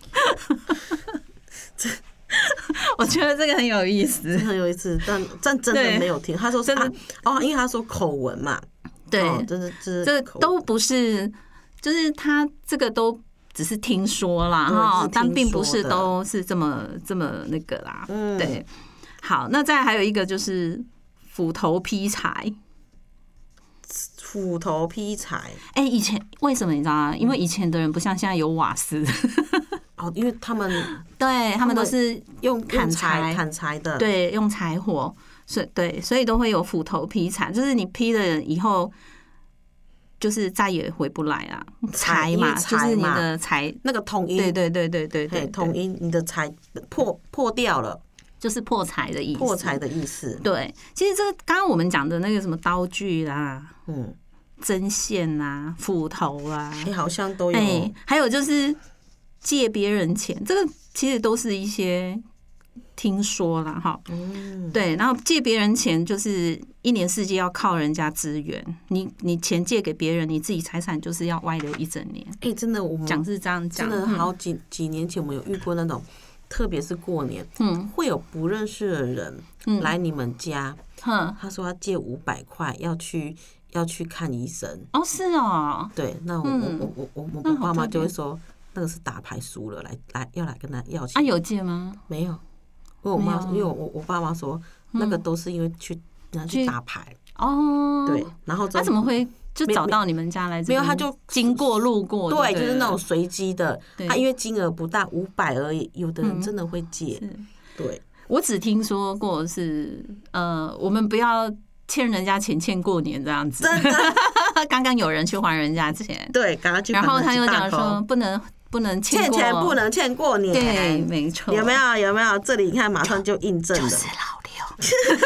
我觉得这个很有意思， 很有意思，但但真的没有听，他说真的哦，因为他说口文嘛， 对， 真的这这都不是。就是他这个都只是听说啦哈，但并不是都是这么这么那个啦。嗯，对。好，那再还有一个就是斧头劈柴。 斧头劈柴， 哎，以前为什么你知道吗？因为以前的人不像现在有瓦斯。 哦，因为他们对他们都是用砍柴砍柴的， 对，用柴火，所以对，所以都会有斧头劈柴，就是你劈了以后。就是再也回不来啊，柴嘛，就是你的柴那个统一， 对对对对对对， 统一你的柴破破掉了， 就是破柴的意思， 破柴的意思。 对，其实这个刚刚我们讲的那个什么刀具啦，嗯，针线啦，斧头啦， 哎，好像都有。 哎，还有就是借别人钱，这个其实都是一些听说啦，哈，嗯，对，然后借别人钱就是一年四季要靠人家支援，你你钱借给别人，你自己财产就是要外流一整年。 哎，真的，我们讲是这样讲， 真的好几几年前我们有遇过那种，特别是过年，嗯，会有不认识的人来你们家，嗯，他说他借五百块要去要去看医生。 哦，是哦， 对，那我我我我我我爸妈就会说，那个是打牌输了，来来要来跟他要钱。 啊，有借吗？ 没有。因为我妈，因为我我爸妈说，那个都是因为去拿去打牌哦， 对，然后他怎么会就找到你们家来？ 没有，他就经过路过， 对，就是那种随机的。他因为金额不大，五百而已，有的人真的会借。对， 我只听说过是呃，我们不要欠人家钱，欠过年这样子。 真的， 刚刚有人去还人家钱， 对，刚刚去， 然后他又讲说不能。不能欠欠钱，不能欠过年。 对，没错。 有没有？有没有？这里你看，马上就印证了。 就是老刘。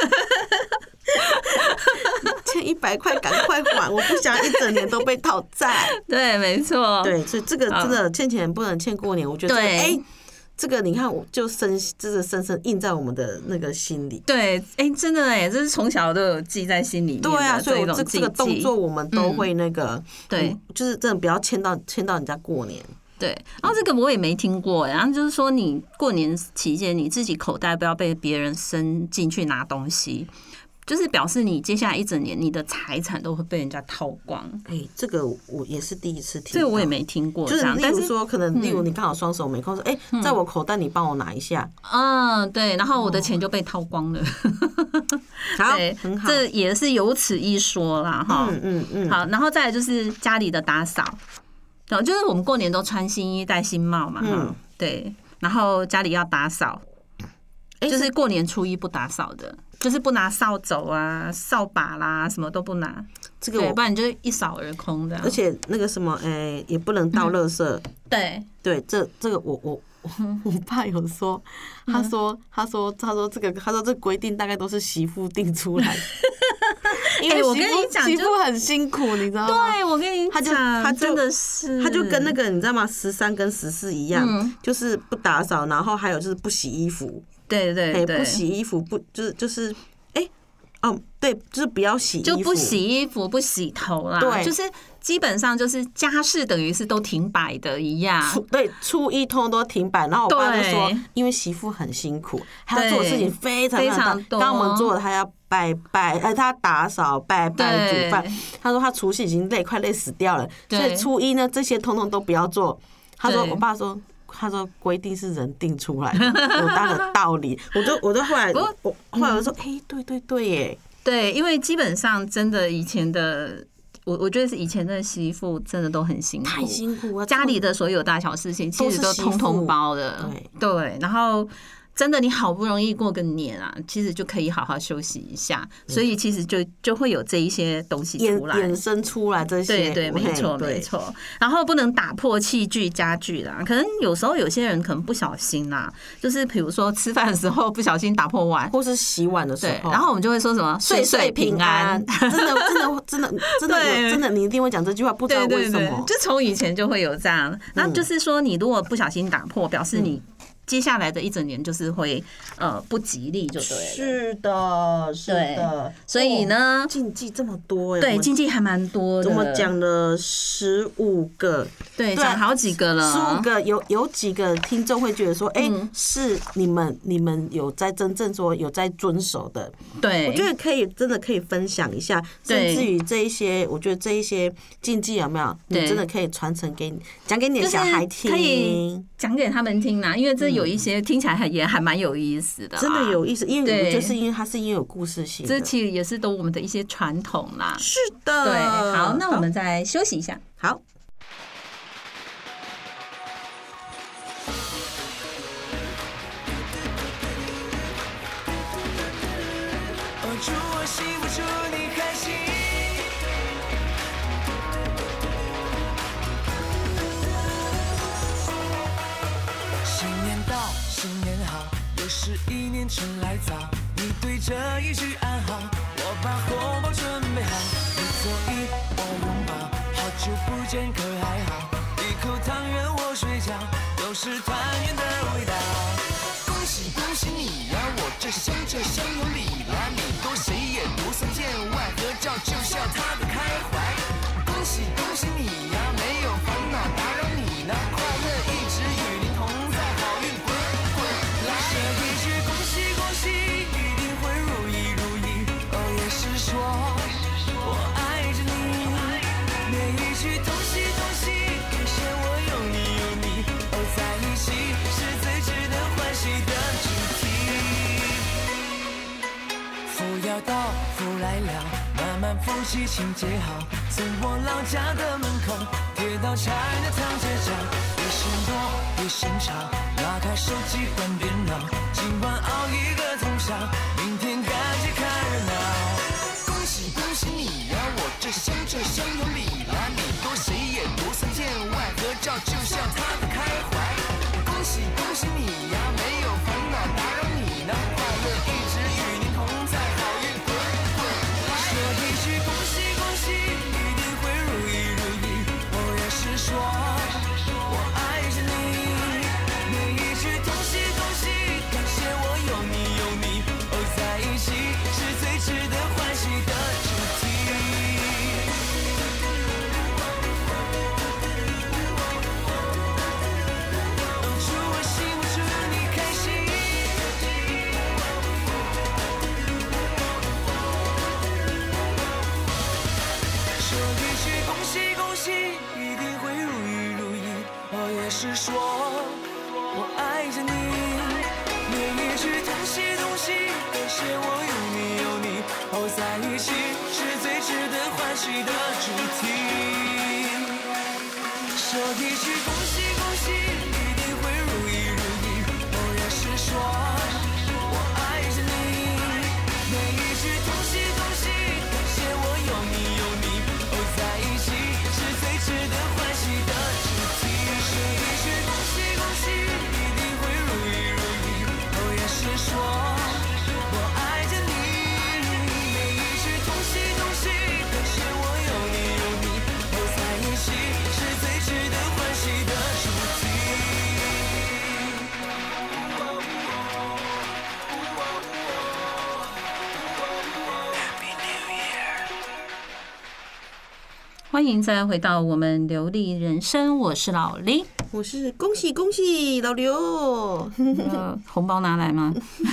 欠一百块，赶快还！我不想一整年都被讨债。 对，没错。 对，所以这个真的欠钱不能欠过年。我觉得，哎，这个你看，我就深，真的深深印在我们的那个心里。 对，哎，真的哎，这是从小都有记在心里面。 对啊，所以这这个动作我们都会那个，对，就是真的不要欠到欠到人家过年。 对，然后这个我也没听过，然后就是说你过年期间你自己口袋不要被别人伸进去拿东西，就是表示你接下来一整年你的财产都会被人家掏光。 哎，这个我也是第一次听， 这个我也没听过。 就是例如说，可能例如你刚好双手没空，说哎，在我口袋你帮我拿一下。 嗯，对，然后我的钱就被掏光了。 好， 对， 很好， 这也是有此一说啦，哈。 嗯嗯嗯。 好，然后再来就是家里的打扫。就是我们过年都穿新衣戴新帽嘛，嗯，对，然后家里要打扫，就是过年初一不打扫的，就是不拿扫帚啊、扫把啦，什么都不拿， 这个不然你就一扫而空的。 而且那个什么，哎，也不能倒垃圾。 对对，这这个我我我爸有说，他说他说他说这个他说这规定大概都是媳妇定出来的。 因为我跟你讲， 媳妇很辛苦，你知道吗？ 对，我跟你讲， 他就他真的是， 他就跟那个你知道吗？十三跟十四一样，嗯、就是不打扫，然后还有就是不洗衣服。 对对对， 不洗衣服，不就是就是哎、欸、哦对，就是不要洗衣服， 就不洗衣服，不洗头啦。 对， 就是基本上就是家事等于是都停摆的一样。 对，初一通都停摆。然后我爸就说，因为媳妇很辛苦，还要做的事情非常非常多。刚我们做的，他要拜拜，哎，他打扫、拜拜、煮饭。他说他除夕已经累，快累死掉了，所以初一呢，这些通通都不要做。他说，我爸说。他说规定是人定出来的，有他的道理。我就我就后来我后来我说，哎、欸，对对对耶， 对，因为基本上真的以前的我我觉得是以前的媳妇真的都很辛苦， 太辛苦了。 家里的所有大小事情其实都通通包的，对对，然后。真的，你好不容易过个年啊，其实就可以好好休息一下，所以其实就就会有这一些东西出来， 衍生出来这些， 对对，没错没错。然后不能打破器具家具啦，可能有时候有些人可能不小心啦，就是比如说吃饭的时候不小心打破碗， 或是洗碗的时候， 然后我们就会说什么岁岁平安， 真的真的真的真的真的，你一定会讲这句话，不知道为什么， 就从以前就会有这样。那就是说，你如果不小心打破，表示你。接下来的一整年就是会呃不吉利，就对了。 是的，是的。 所以呢， 禁忌这么多， 对，禁忌还蛮多的。 我们讲了十五个， 对，讲好几个了。 十五个，有有几个听众会觉得说，哎，是你们你们有在真正说有在遵守的。 对， 我觉得可以，真的可以分享一下，甚至于这一些，我觉得这一些禁忌有没有，你真的可以传承给你，讲给你的小孩听， 可以讲给他们听啦，因为这。有一些听起来还也还蛮有意思的， 真的有意思，因为就是因为它是因为有故事性的， 这其实也是都我们的一些传统啦。 是的， 对，好，那我们再休息一下。 好。 祝我幸福，祝你开心。新年到，新年好，又是一年春来早。你对着一句安好，我把红包准备好。你左一，我拥抱，好久不见可还好？一口汤圆我水饺，都是团圆的味道。恭喜恭喜你呀、啊，我这乡这乡有里来，你多谁也不算见外，合照就笑他的开怀。恭喜恭喜你呀、啊，没有烦恼打扰你呢，快乐一直与您同在，好运滚滚来。这一句恭喜恭喜，一定会如意如意。哦，也是说我爱着你。每一句恭喜恭喜，感谢我有你有你。哦，在一起是最值得欢喜的主题。福要到，福来了，慢慢福气情节好。从我老家的门口贴到柴的长街角，别嫌多，别嫌吵，拿开手机换电脑，今晚熬一个通宵，明天赶紧看热闹。恭喜恭喜你呀、啊，我这乡这乡有里来，你多谁也不算见外，合照就像他的开怀。恭喜恭喜你呀、啊，没有烦恼打扰你呢，快乐一直与您同在，好运滚滚来。说一句恭喜恭喜，一定会如意如意。我也是说我爱着你。每一句恭喜恭喜，感谢我有你有你。哦，在一起是最值得欢喜的主题。哦，祝我幸福，祝你开心。说一句恭喜恭喜，一定会如意如意。哦，也是说我爱着你。每一句东西东西，感谢我有你有你。哦，在一起是最值得欢喜的主题。说一句恭喜恭喜，一定会如意如意。哦，也是说我爱着你。每一句东西东西，感谢我有你有你。哦，在一起是最值得欢喜的主题。说一句恭喜恭喜，一定会如意如意。哦，也是说我爱着你。每一句恭喜欢迎再回到我们流利人生，我是老李， 我是恭喜恭喜老刘， 呃、红包拿来吗？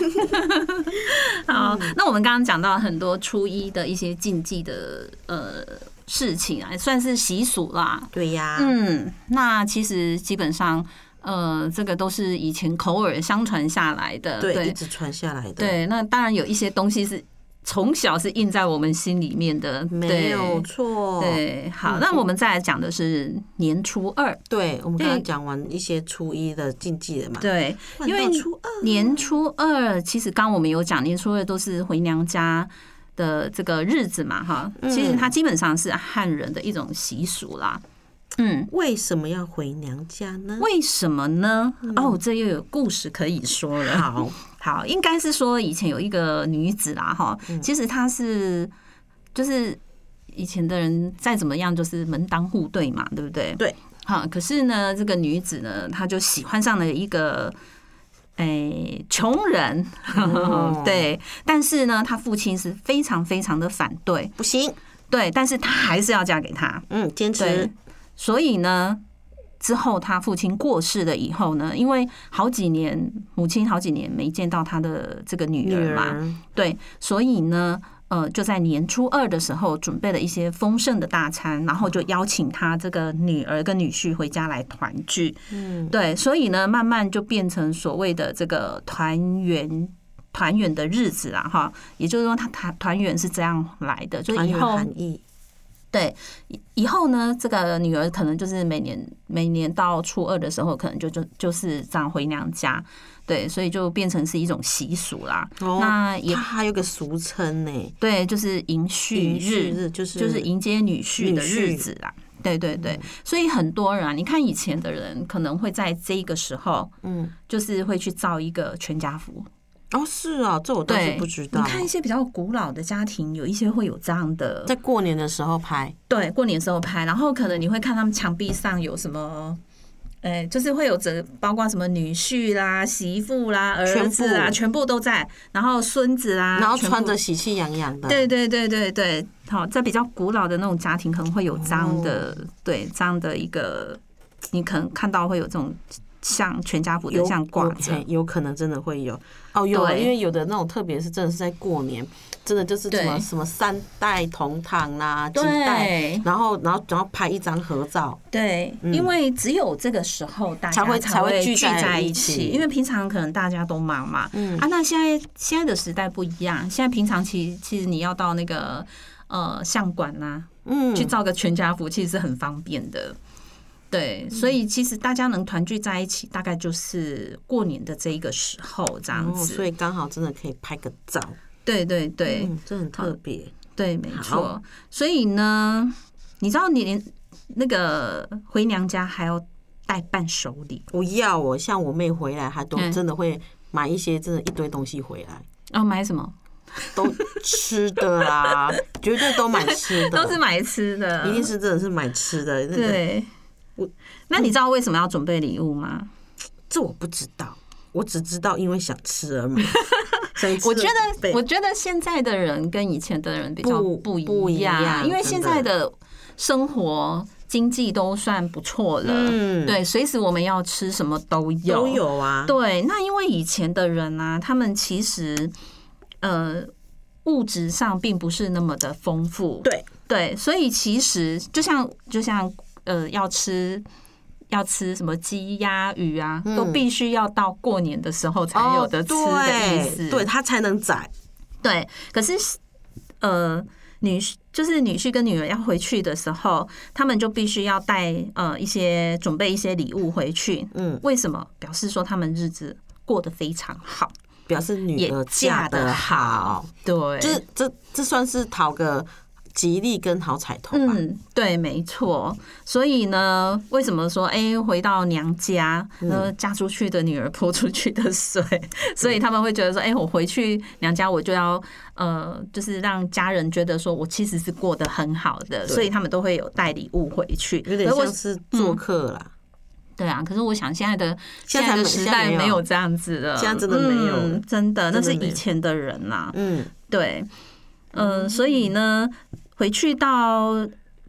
好，那我们刚刚讲到很多初一的一些禁忌的呃事情啊，算是习俗啦。 对呀， 嗯，那其实基本上。呃，这个都是以前口耳相传下来的， 对，一直传下来的。 对，那当然有一些东西是从小是印在我们心里面的， 没有错。 对，好，那我们再来讲的是年初二。 对，我们刚刚讲完一些初一的禁忌了嘛？ 对，因为年初二其实刚刚我们有讲，年初二都是回娘家的这个日子嘛，哈，其实它基本上是汉人的一种习俗啦。嗯， 为什么要回娘家呢？ 为什么呢？哦，这又有故事可以说了。 好， 好，应该是说以前有一个女子啦，哈，其实她是就是以前的人再怎么样就是门当户对嘛，对不对？ 对。 好，可是呢，这个女子呢，她就喜欢上了一个诶穷人， 哦、 对，但是呢，她父亲是非常非常的反对， 不行， 对，但是她还是要嫁给他， 嗯，坚持。 所以呢，之后他父亲过世了以后呢，因为好几年母亲好几年没见到他的这个女儿嘛，对，所以呢，呃，就在年初二的时候准备了一些丰盛的大餐，然后就邀请他这个女儿跟女婿回家来团聚。嗯，对，所以呢，慢慢就变成所谓的这个团圆团圆的日子啦，哈，也就是说，他团团圆是这样来的，就以后。对，以后呢，这个女儿可能就是每年每年到初二的时候，可能就就就是这样回娘家，对，所以就变成是一种习俗啦。 哦、 那也它还有个俗称呢， 对，就是迎婿日， 就是就是迎接女婿的日子啦。对对对，所以很多人啊，你看以前的人可能会在这个时候，嗯，就是会去造一个全家福。 哦，是啊，这我倒是不知道。 你看一些比较古老的家庭，有一些会有这样的， 在过年的时候拍， 对，过年的时候拍，然后可能你会看他们墙壁上有什么，哎，就是会有整包括什么女婿啦、媳妇啦、儿子啦，全部都在，然后孙子啦， 然后穿着喜气洋洋的， 对对对对对，好，在比较古老的那种家庭，可能会有这样的，哦、对，这样的一个，你可能看到会有这种。像全家福的像挂着， 有可能真的会有哦，有，因为有的那种，特别是真的是在过年，真的就是什么什么三代同堂啦，几代，然后然后然后拍一张合照， 对，嗯、因为只有这个时候大家才会才会聚在一起，因为平常可能大家都忙嘛，嗯啊，那现在现在的时代不一样，现在平常其实其实你要到那个呃相馆呐，嗯，去照个全家福，其实是很方便的。对，所以其实大家能团聚在一起，大概就是过年的这一个时候这样子， 哦、所以刚好真的可以拍个照。 对对对， 嗯，这很特别。 对，没错。所以呢，你知道你连那个回娘家还要带伴手礼？ 不要哦，像我妹回来，她都真的会买一些真的一堆东西回来。 哦，买什么？ 都吃的啦，绝对都买吃的， 都是买吃的， 一定是真的是买吃的。那個、 对。那你知道为什么要准备礼物吗？ 这我不知道，我只知道因为想吃而买。 我觉得，我觉得现在的人跟以前的人比较不一样，因为现在的生活经济都算不错了。嗯，对，随时我们要吃什么都有， 都有啊。 对，那因为以前的人啊，他们其实呃物质上并不是那么的丰富。 对对，所以其实就像就像。呃，要吃要吃什么鸡鸭鱼啊，嗯、都必须要到过年的时候才有的吃的意思， 哦、对，它才能宰。 对，可是呃，女就是女婿跟女儿要回去的时候，他们就必须要带呃一些准备一些礼物回去。嗯，为什么？表示说他们日子过得非常好， 表示女儿嫁得好。 对， 就是这这算是讨个。吉利跟好彩头吧， 嗯，对，没错。所以呢，为什么说哎、欸，回到娘家，呃，嫁出去的女儿泼出去的水，所以他们会觉得说，哎、欸，我回去娘家，我就要呃，就是让家人觉得说我其实是过得很好的，所以他们都会有带礼物回去， 有点像是做客啦。嗯对啊，可是我想现在的现在的时代没有这样子了， 现在真的没有， 嗯、真的那是以前的人呐、啊。嗯，对，嗯、呃，所以呢。回去到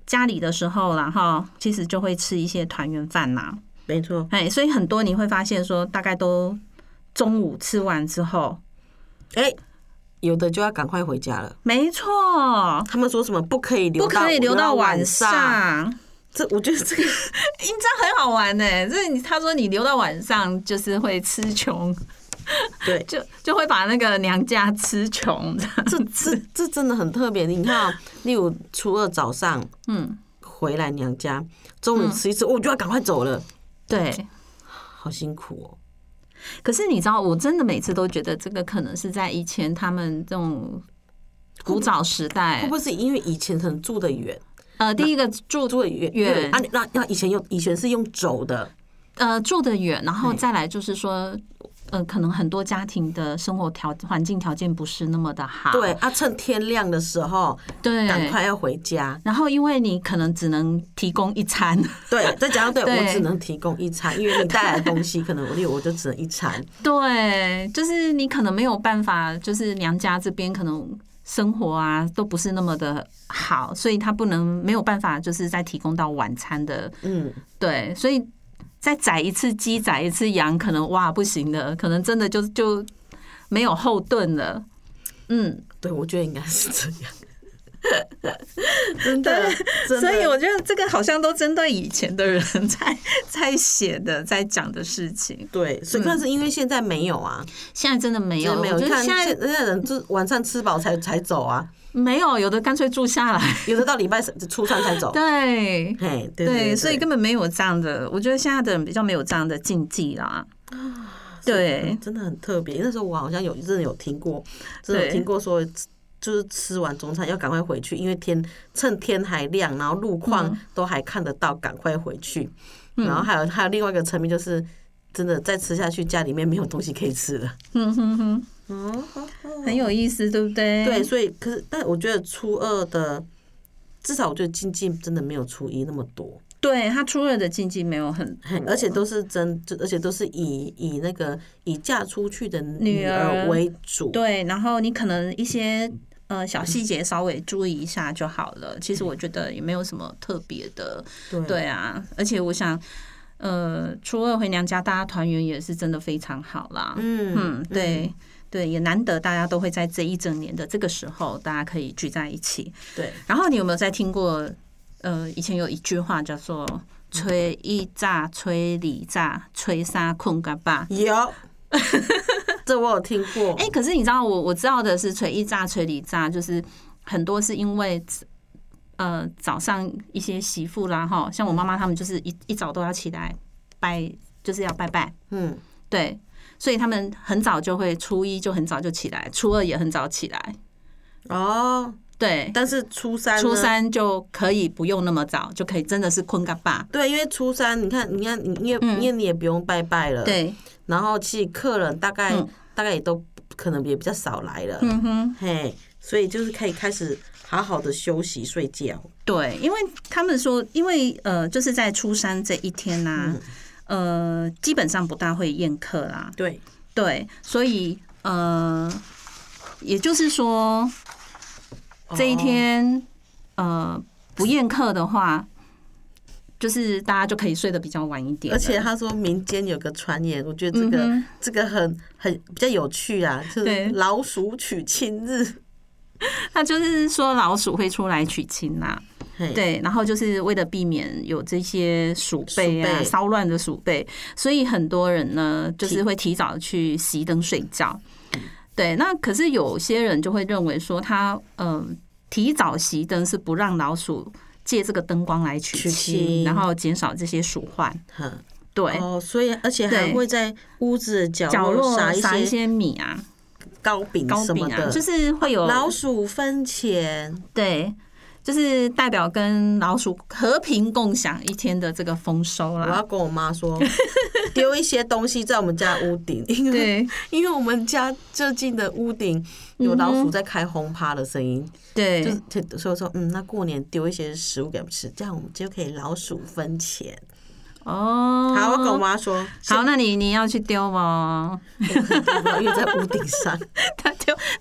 家里的时候，然后其实就会吃一些团圆饭呐。 没错， 哎，所以很多你会发现说，大概都中午吃完之后， 哎、欸，有的就要赶快回家了。 没错， 他们说什么不可以留到不可以留到晚上。这我觉得这个， 这样很好玩呢、欸。这他说你留到晚上就是会吃穷， 对， 就就会把那个娘家吃穷。 这这这真的很特别。你看、喔，例如初二早上，嗯，回来娘家，中午吃一次，我、嗯、就要赶快走了。 对， 好辛苦哦。 可是你知道，我真的每次都觉得这个可能是在以前他们这种古早时代， 会不会是因为以前可能住得远？ 呃，第一个住住得远远啊，那那以前用以前是用走的， 呃，住得远，然后再来就是说。呃，可能很多家庭的生活条环境条件不是那么的好， 对啊，趁天亮的时候， 对， 赶快要回家。 然后因为你可能只能提供一餐， 对，再加上对我只能提供一餐，因为你带来的东西可能我我就只能一餐。 对，就是你可能没有办法，就是娘家这边可能生活啊都不是那么的好，所以他不能没有办法，就是再提供到晚餐的，嗯，对，所以。再宰一次鸡，宰一次羊，可能哇不行的，可能真的就就没有后盾了。嗯， 对，我觉得应该是这样。真的，真的， 所以我觉得这个好像都针对以前的人在在写的，在讲的事情。 对，所以但是因为现在没有啊， 现在真的没有， 没有。看现在现在人就晚上吃饱才才走啊。 没有，有的干脆住下来， 有的到礼拜初三才走。 对， 嘿，对对，所以根本没有这样的。我觉得现在的人比较没有这样的禁忌啦。对， 真的很特别。那时候我好像有真的有听过，真的有听过说，就是吃完中餐要赶快回去，因为天趁天还亮，然后路况都还看得到，赶快回去。然后还有还有另外一个层面就是，真的再吃下去，家里面没有东西可以吃了。 嗯哼哼。哦，很有意思，对不对？ 对，所以可是，但我觉得初二的，至少我觉得禁忌真的没有初一那么多。 对，他初二的禁忌没有很多， 而且都是真，而且都是以以那个以嫁出去的女儿为主。 对，然后你可能一些呃小细节稍微注意一下就好了。其实我觉得也没有什么特别的。对，对啊，而且我想。呃，初二回娘家，大家团圆也是真的非常好啦。嗯嗯，对。嗯对，也难得大家都会在这一整年的这个时候，大家可以聚在一起。 对， 然后你有没有在听过？呃，以前有一句话叫做“吹一炸，吹二炸，吹三困嘎巴”。 有，这我有听过。 哎、欸，可是你知道我我知道的是“吹一炸，吹二炸”，就是很多是因为呃早上一些媳妇啦哈，像我妈妈他们就是一一早都要起来拜，就是要拜拜。嗯，对。所以他们很早就会，初一就很早就起来，初二也很早起来。 哦， 对， 但是初三初三就可以不用那么早，就可以真的是困嘎巴。 对，因为初三你看，你看，你因为因为你也不用拜拜了， 对。 然后其实客人大概、嗯、大概也都可能也比较少来了，嗯哼，嘿，所以就是可以开始好好的休息睡觉。 对，因为他们说，因为呃，就是在初三这一天呐、啊。嗯呃，基本上不大会宴客啦。 对对，所以呃，也就是说，这一天呃不宴客的话，就是大家就可以睡得比较晚一点。 而且他说民间有个传言，我觉得这个、嗯、这个很很比较有趣啊，就是老鼠娶亲日。 他就是说老鼠会出来娶亲呐、啊。对，然后就是为了避免有这些鼠辈啊骚乱的鼠辈，所以很多人呢就是会提早去熄灯睡觉。对，那可是有些人就会认为说他呃提早熄灯是不让老鼠借这个灯光来娶亲，然后减少这些鼠患。对哦，所以而且还会在屋子的角落撒一些撒一些米啊、 糕饼什么的， 就是会有老鼠分钱。 对。就是代表跟老鼠和平共享一天的这个丰收啦。 我要跟我妈说，丢一些东西在我们家屋顶，因为因为我们家最近的屋顶有老鼠在开轰趴的声音。 对， 就所以说，嗯，那过年丢一些食物给我们吃，这样我们就可以老鼠分钱。 哦， 好，我跟我妈说。 好，那你你要去丢吗？ 因为在屋顶上， 他丢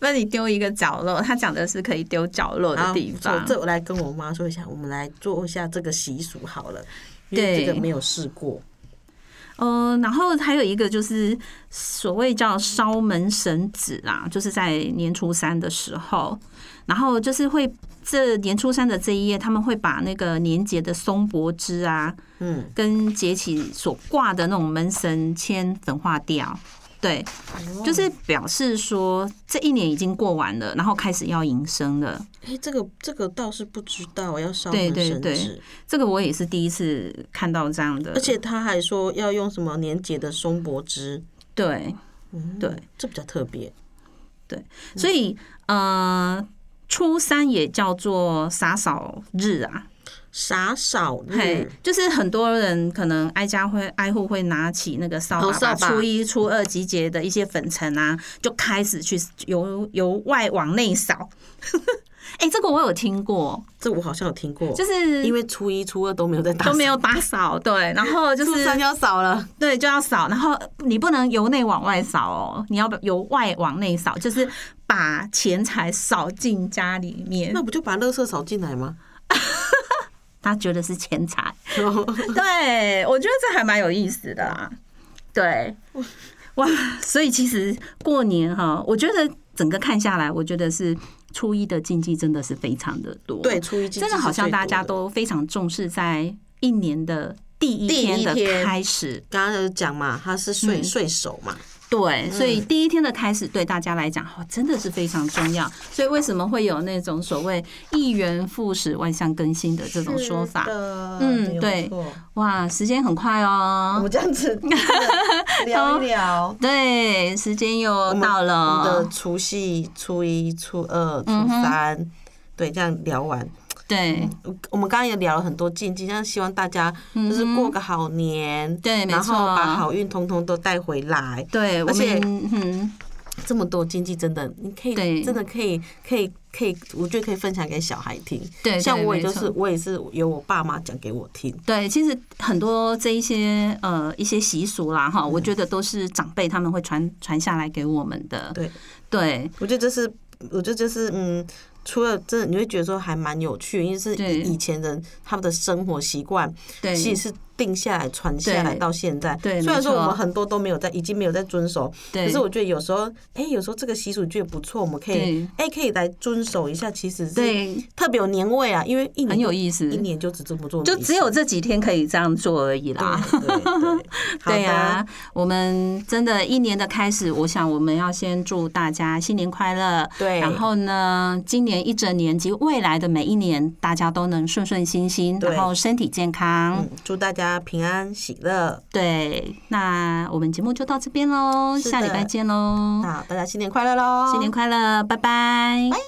帮你丢一个角落。他讲的是可以丢角落的地方。 这我来跟我妈说一下，我们来做一下这个习俗好了，因为这个没有试过。 呃，然后还有一个就是所谓叫烧门神纸啦，就是在年初三的时候，然后就是会这年初三的这一夜，他们会把那个年节的松柏枝啊，嗯，跟节气所挂的那种门神签焚化掉。对，就是表示说这一年已经过完了，然后开始要迎生了。 哎，这个这个倒是不知道，要烧门神纸。对对对， 这个我也是第一次看到这样的。 而且他还说要用什么年节的松柏枝。 对， 嗯， 对， 这比较特别。 对，所以呃，初三也叫做洒扫日啊。 洒扫日就是很多人可能挨家会挨户会拿起那个扫把，把初一、初二集结的一些粉尘啊，就开始去由由外往内扫。哎、欸，这个我有听过， 这我好像有听过， 就是因为初一、初二都没有在打扫， 都没有打扫，对，然后就是初三要扫了， 对，就要扫，然后你不能由内往外扫哦，你要由外往内扫，就是把钱财扫进家里面， 那不就把垃圾扫进来吗？ 他觉得是钱财，对，我觉得这还蛮有意思的啦。对，哇，所以其实过年哈，我觉得整个看下来，我觉得是初一的禁忌真的是非常的多。 对，初一禁忌真的好像大家都非常重视在一年的第一天的开始。 刚刚有讲嘛，他是岁岁首嘛。 对，所以第一天的开始对大家来讲，哦，真的是非常重要。所以为什么会有那种所谓“一元复始，万象更新”的这种说法？嗯，对，哇，时间很快哦， 我们这样子聊一聊， 对，时间又到了， 我们的除夕、初一、初二、初三，嗯、对，这样聊完。 对， 我们刚刚也聊了很多禁忌，像希望大家就是过个好年， 对， 然后把好运通通都带回来。 对， 而且嗯， 这么多禁忌，真的你可以，真的可以，可以，可以，我觉得可以分享给小孩听。 对， 像我也就是我也是由我爸妈讲给我听。 对，其实很多这一些呃一些习俗啦哈，我觉得都是长辈他们会传传下来给我们的。 对， 对， 我觉得这是，我觉得这是嗯。除了真的，你会觉得说还蛮有趣，因为是以前人他们的生活习惯，其实是定下来、传下来到现在。虽然说我们很多都没有在，已经没有在遵守，可是我觉得有时候，哎、欸，有时候这个习俗觉得不错，我们可以，哎、欸，可以来遵守一下。其实是特别有年味啊，因为一年很有意思， 一年就只这么做， 就只有这几天可以这样做而已啦。 对对对， 对啊，我们真的一年的开始，我想我们要先祝大家新年快乐。 对， 然后呢，今年一整年及未来的每一年，大家都能顺顺心心，然后身体健康。 嗯、祝大家平安喜乐。 对，那我们节目就到这边喽，下礼拜见喽。 好，大家新年快乐喽！ 新年快乐，拜拜。 拜。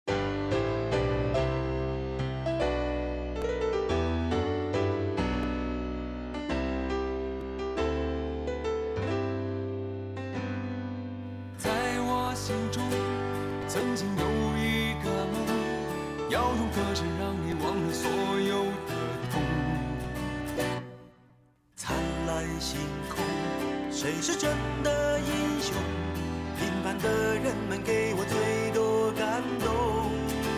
在我心中，曾经有一个梦，要用歌声让你忘了所有的痛。灿烂星空，谁是真的英雄？平凡的人们给我最多感动。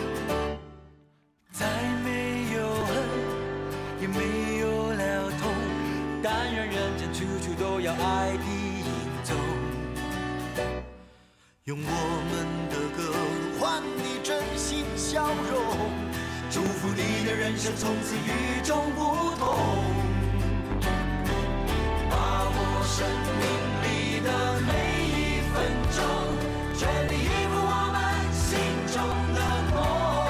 再没有恨，也没有了痛，但愿人间处处都有爱的影踪。用我们的歌换你真心笑容，祝福你的人生从此与众不同。把握生命里的每一分钟，全力以赴我们心中的梦。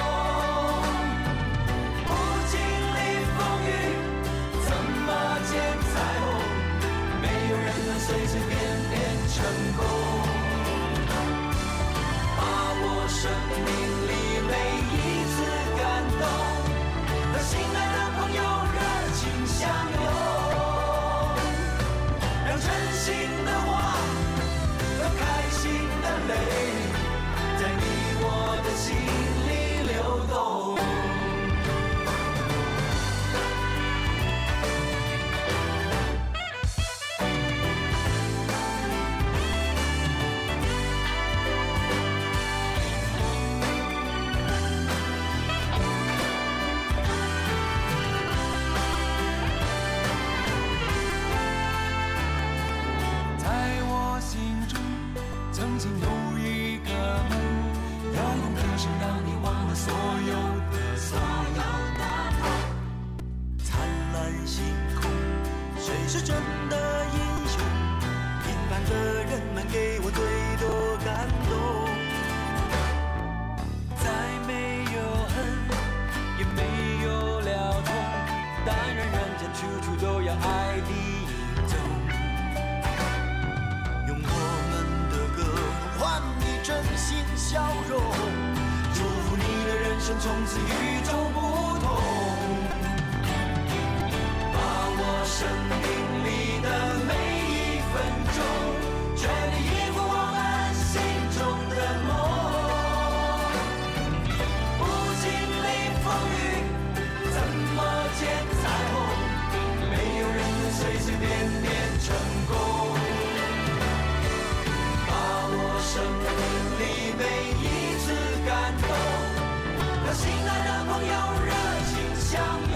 不经历风雨，怎么见彩虹？没有人能随随便便成功。生命里每一次感动，和心爱的朋友热情相用歌声让你忘了所有的所有的梦。灿烂星空，谁是真的英雄？平凡的人们给我最多感动。再没有恨，也没有了痛，但愿人间处处都有爱的影踪。用我们的歌换你真心笑容，祝福你的人生从此与众不同。把握生命里的每一分钟，全力以赴我们心中的梦。不经历风雨，怎么见彩虹？没有人能随随便便成功。把握生命里每一次感动，和心爱的朋友热情相拥。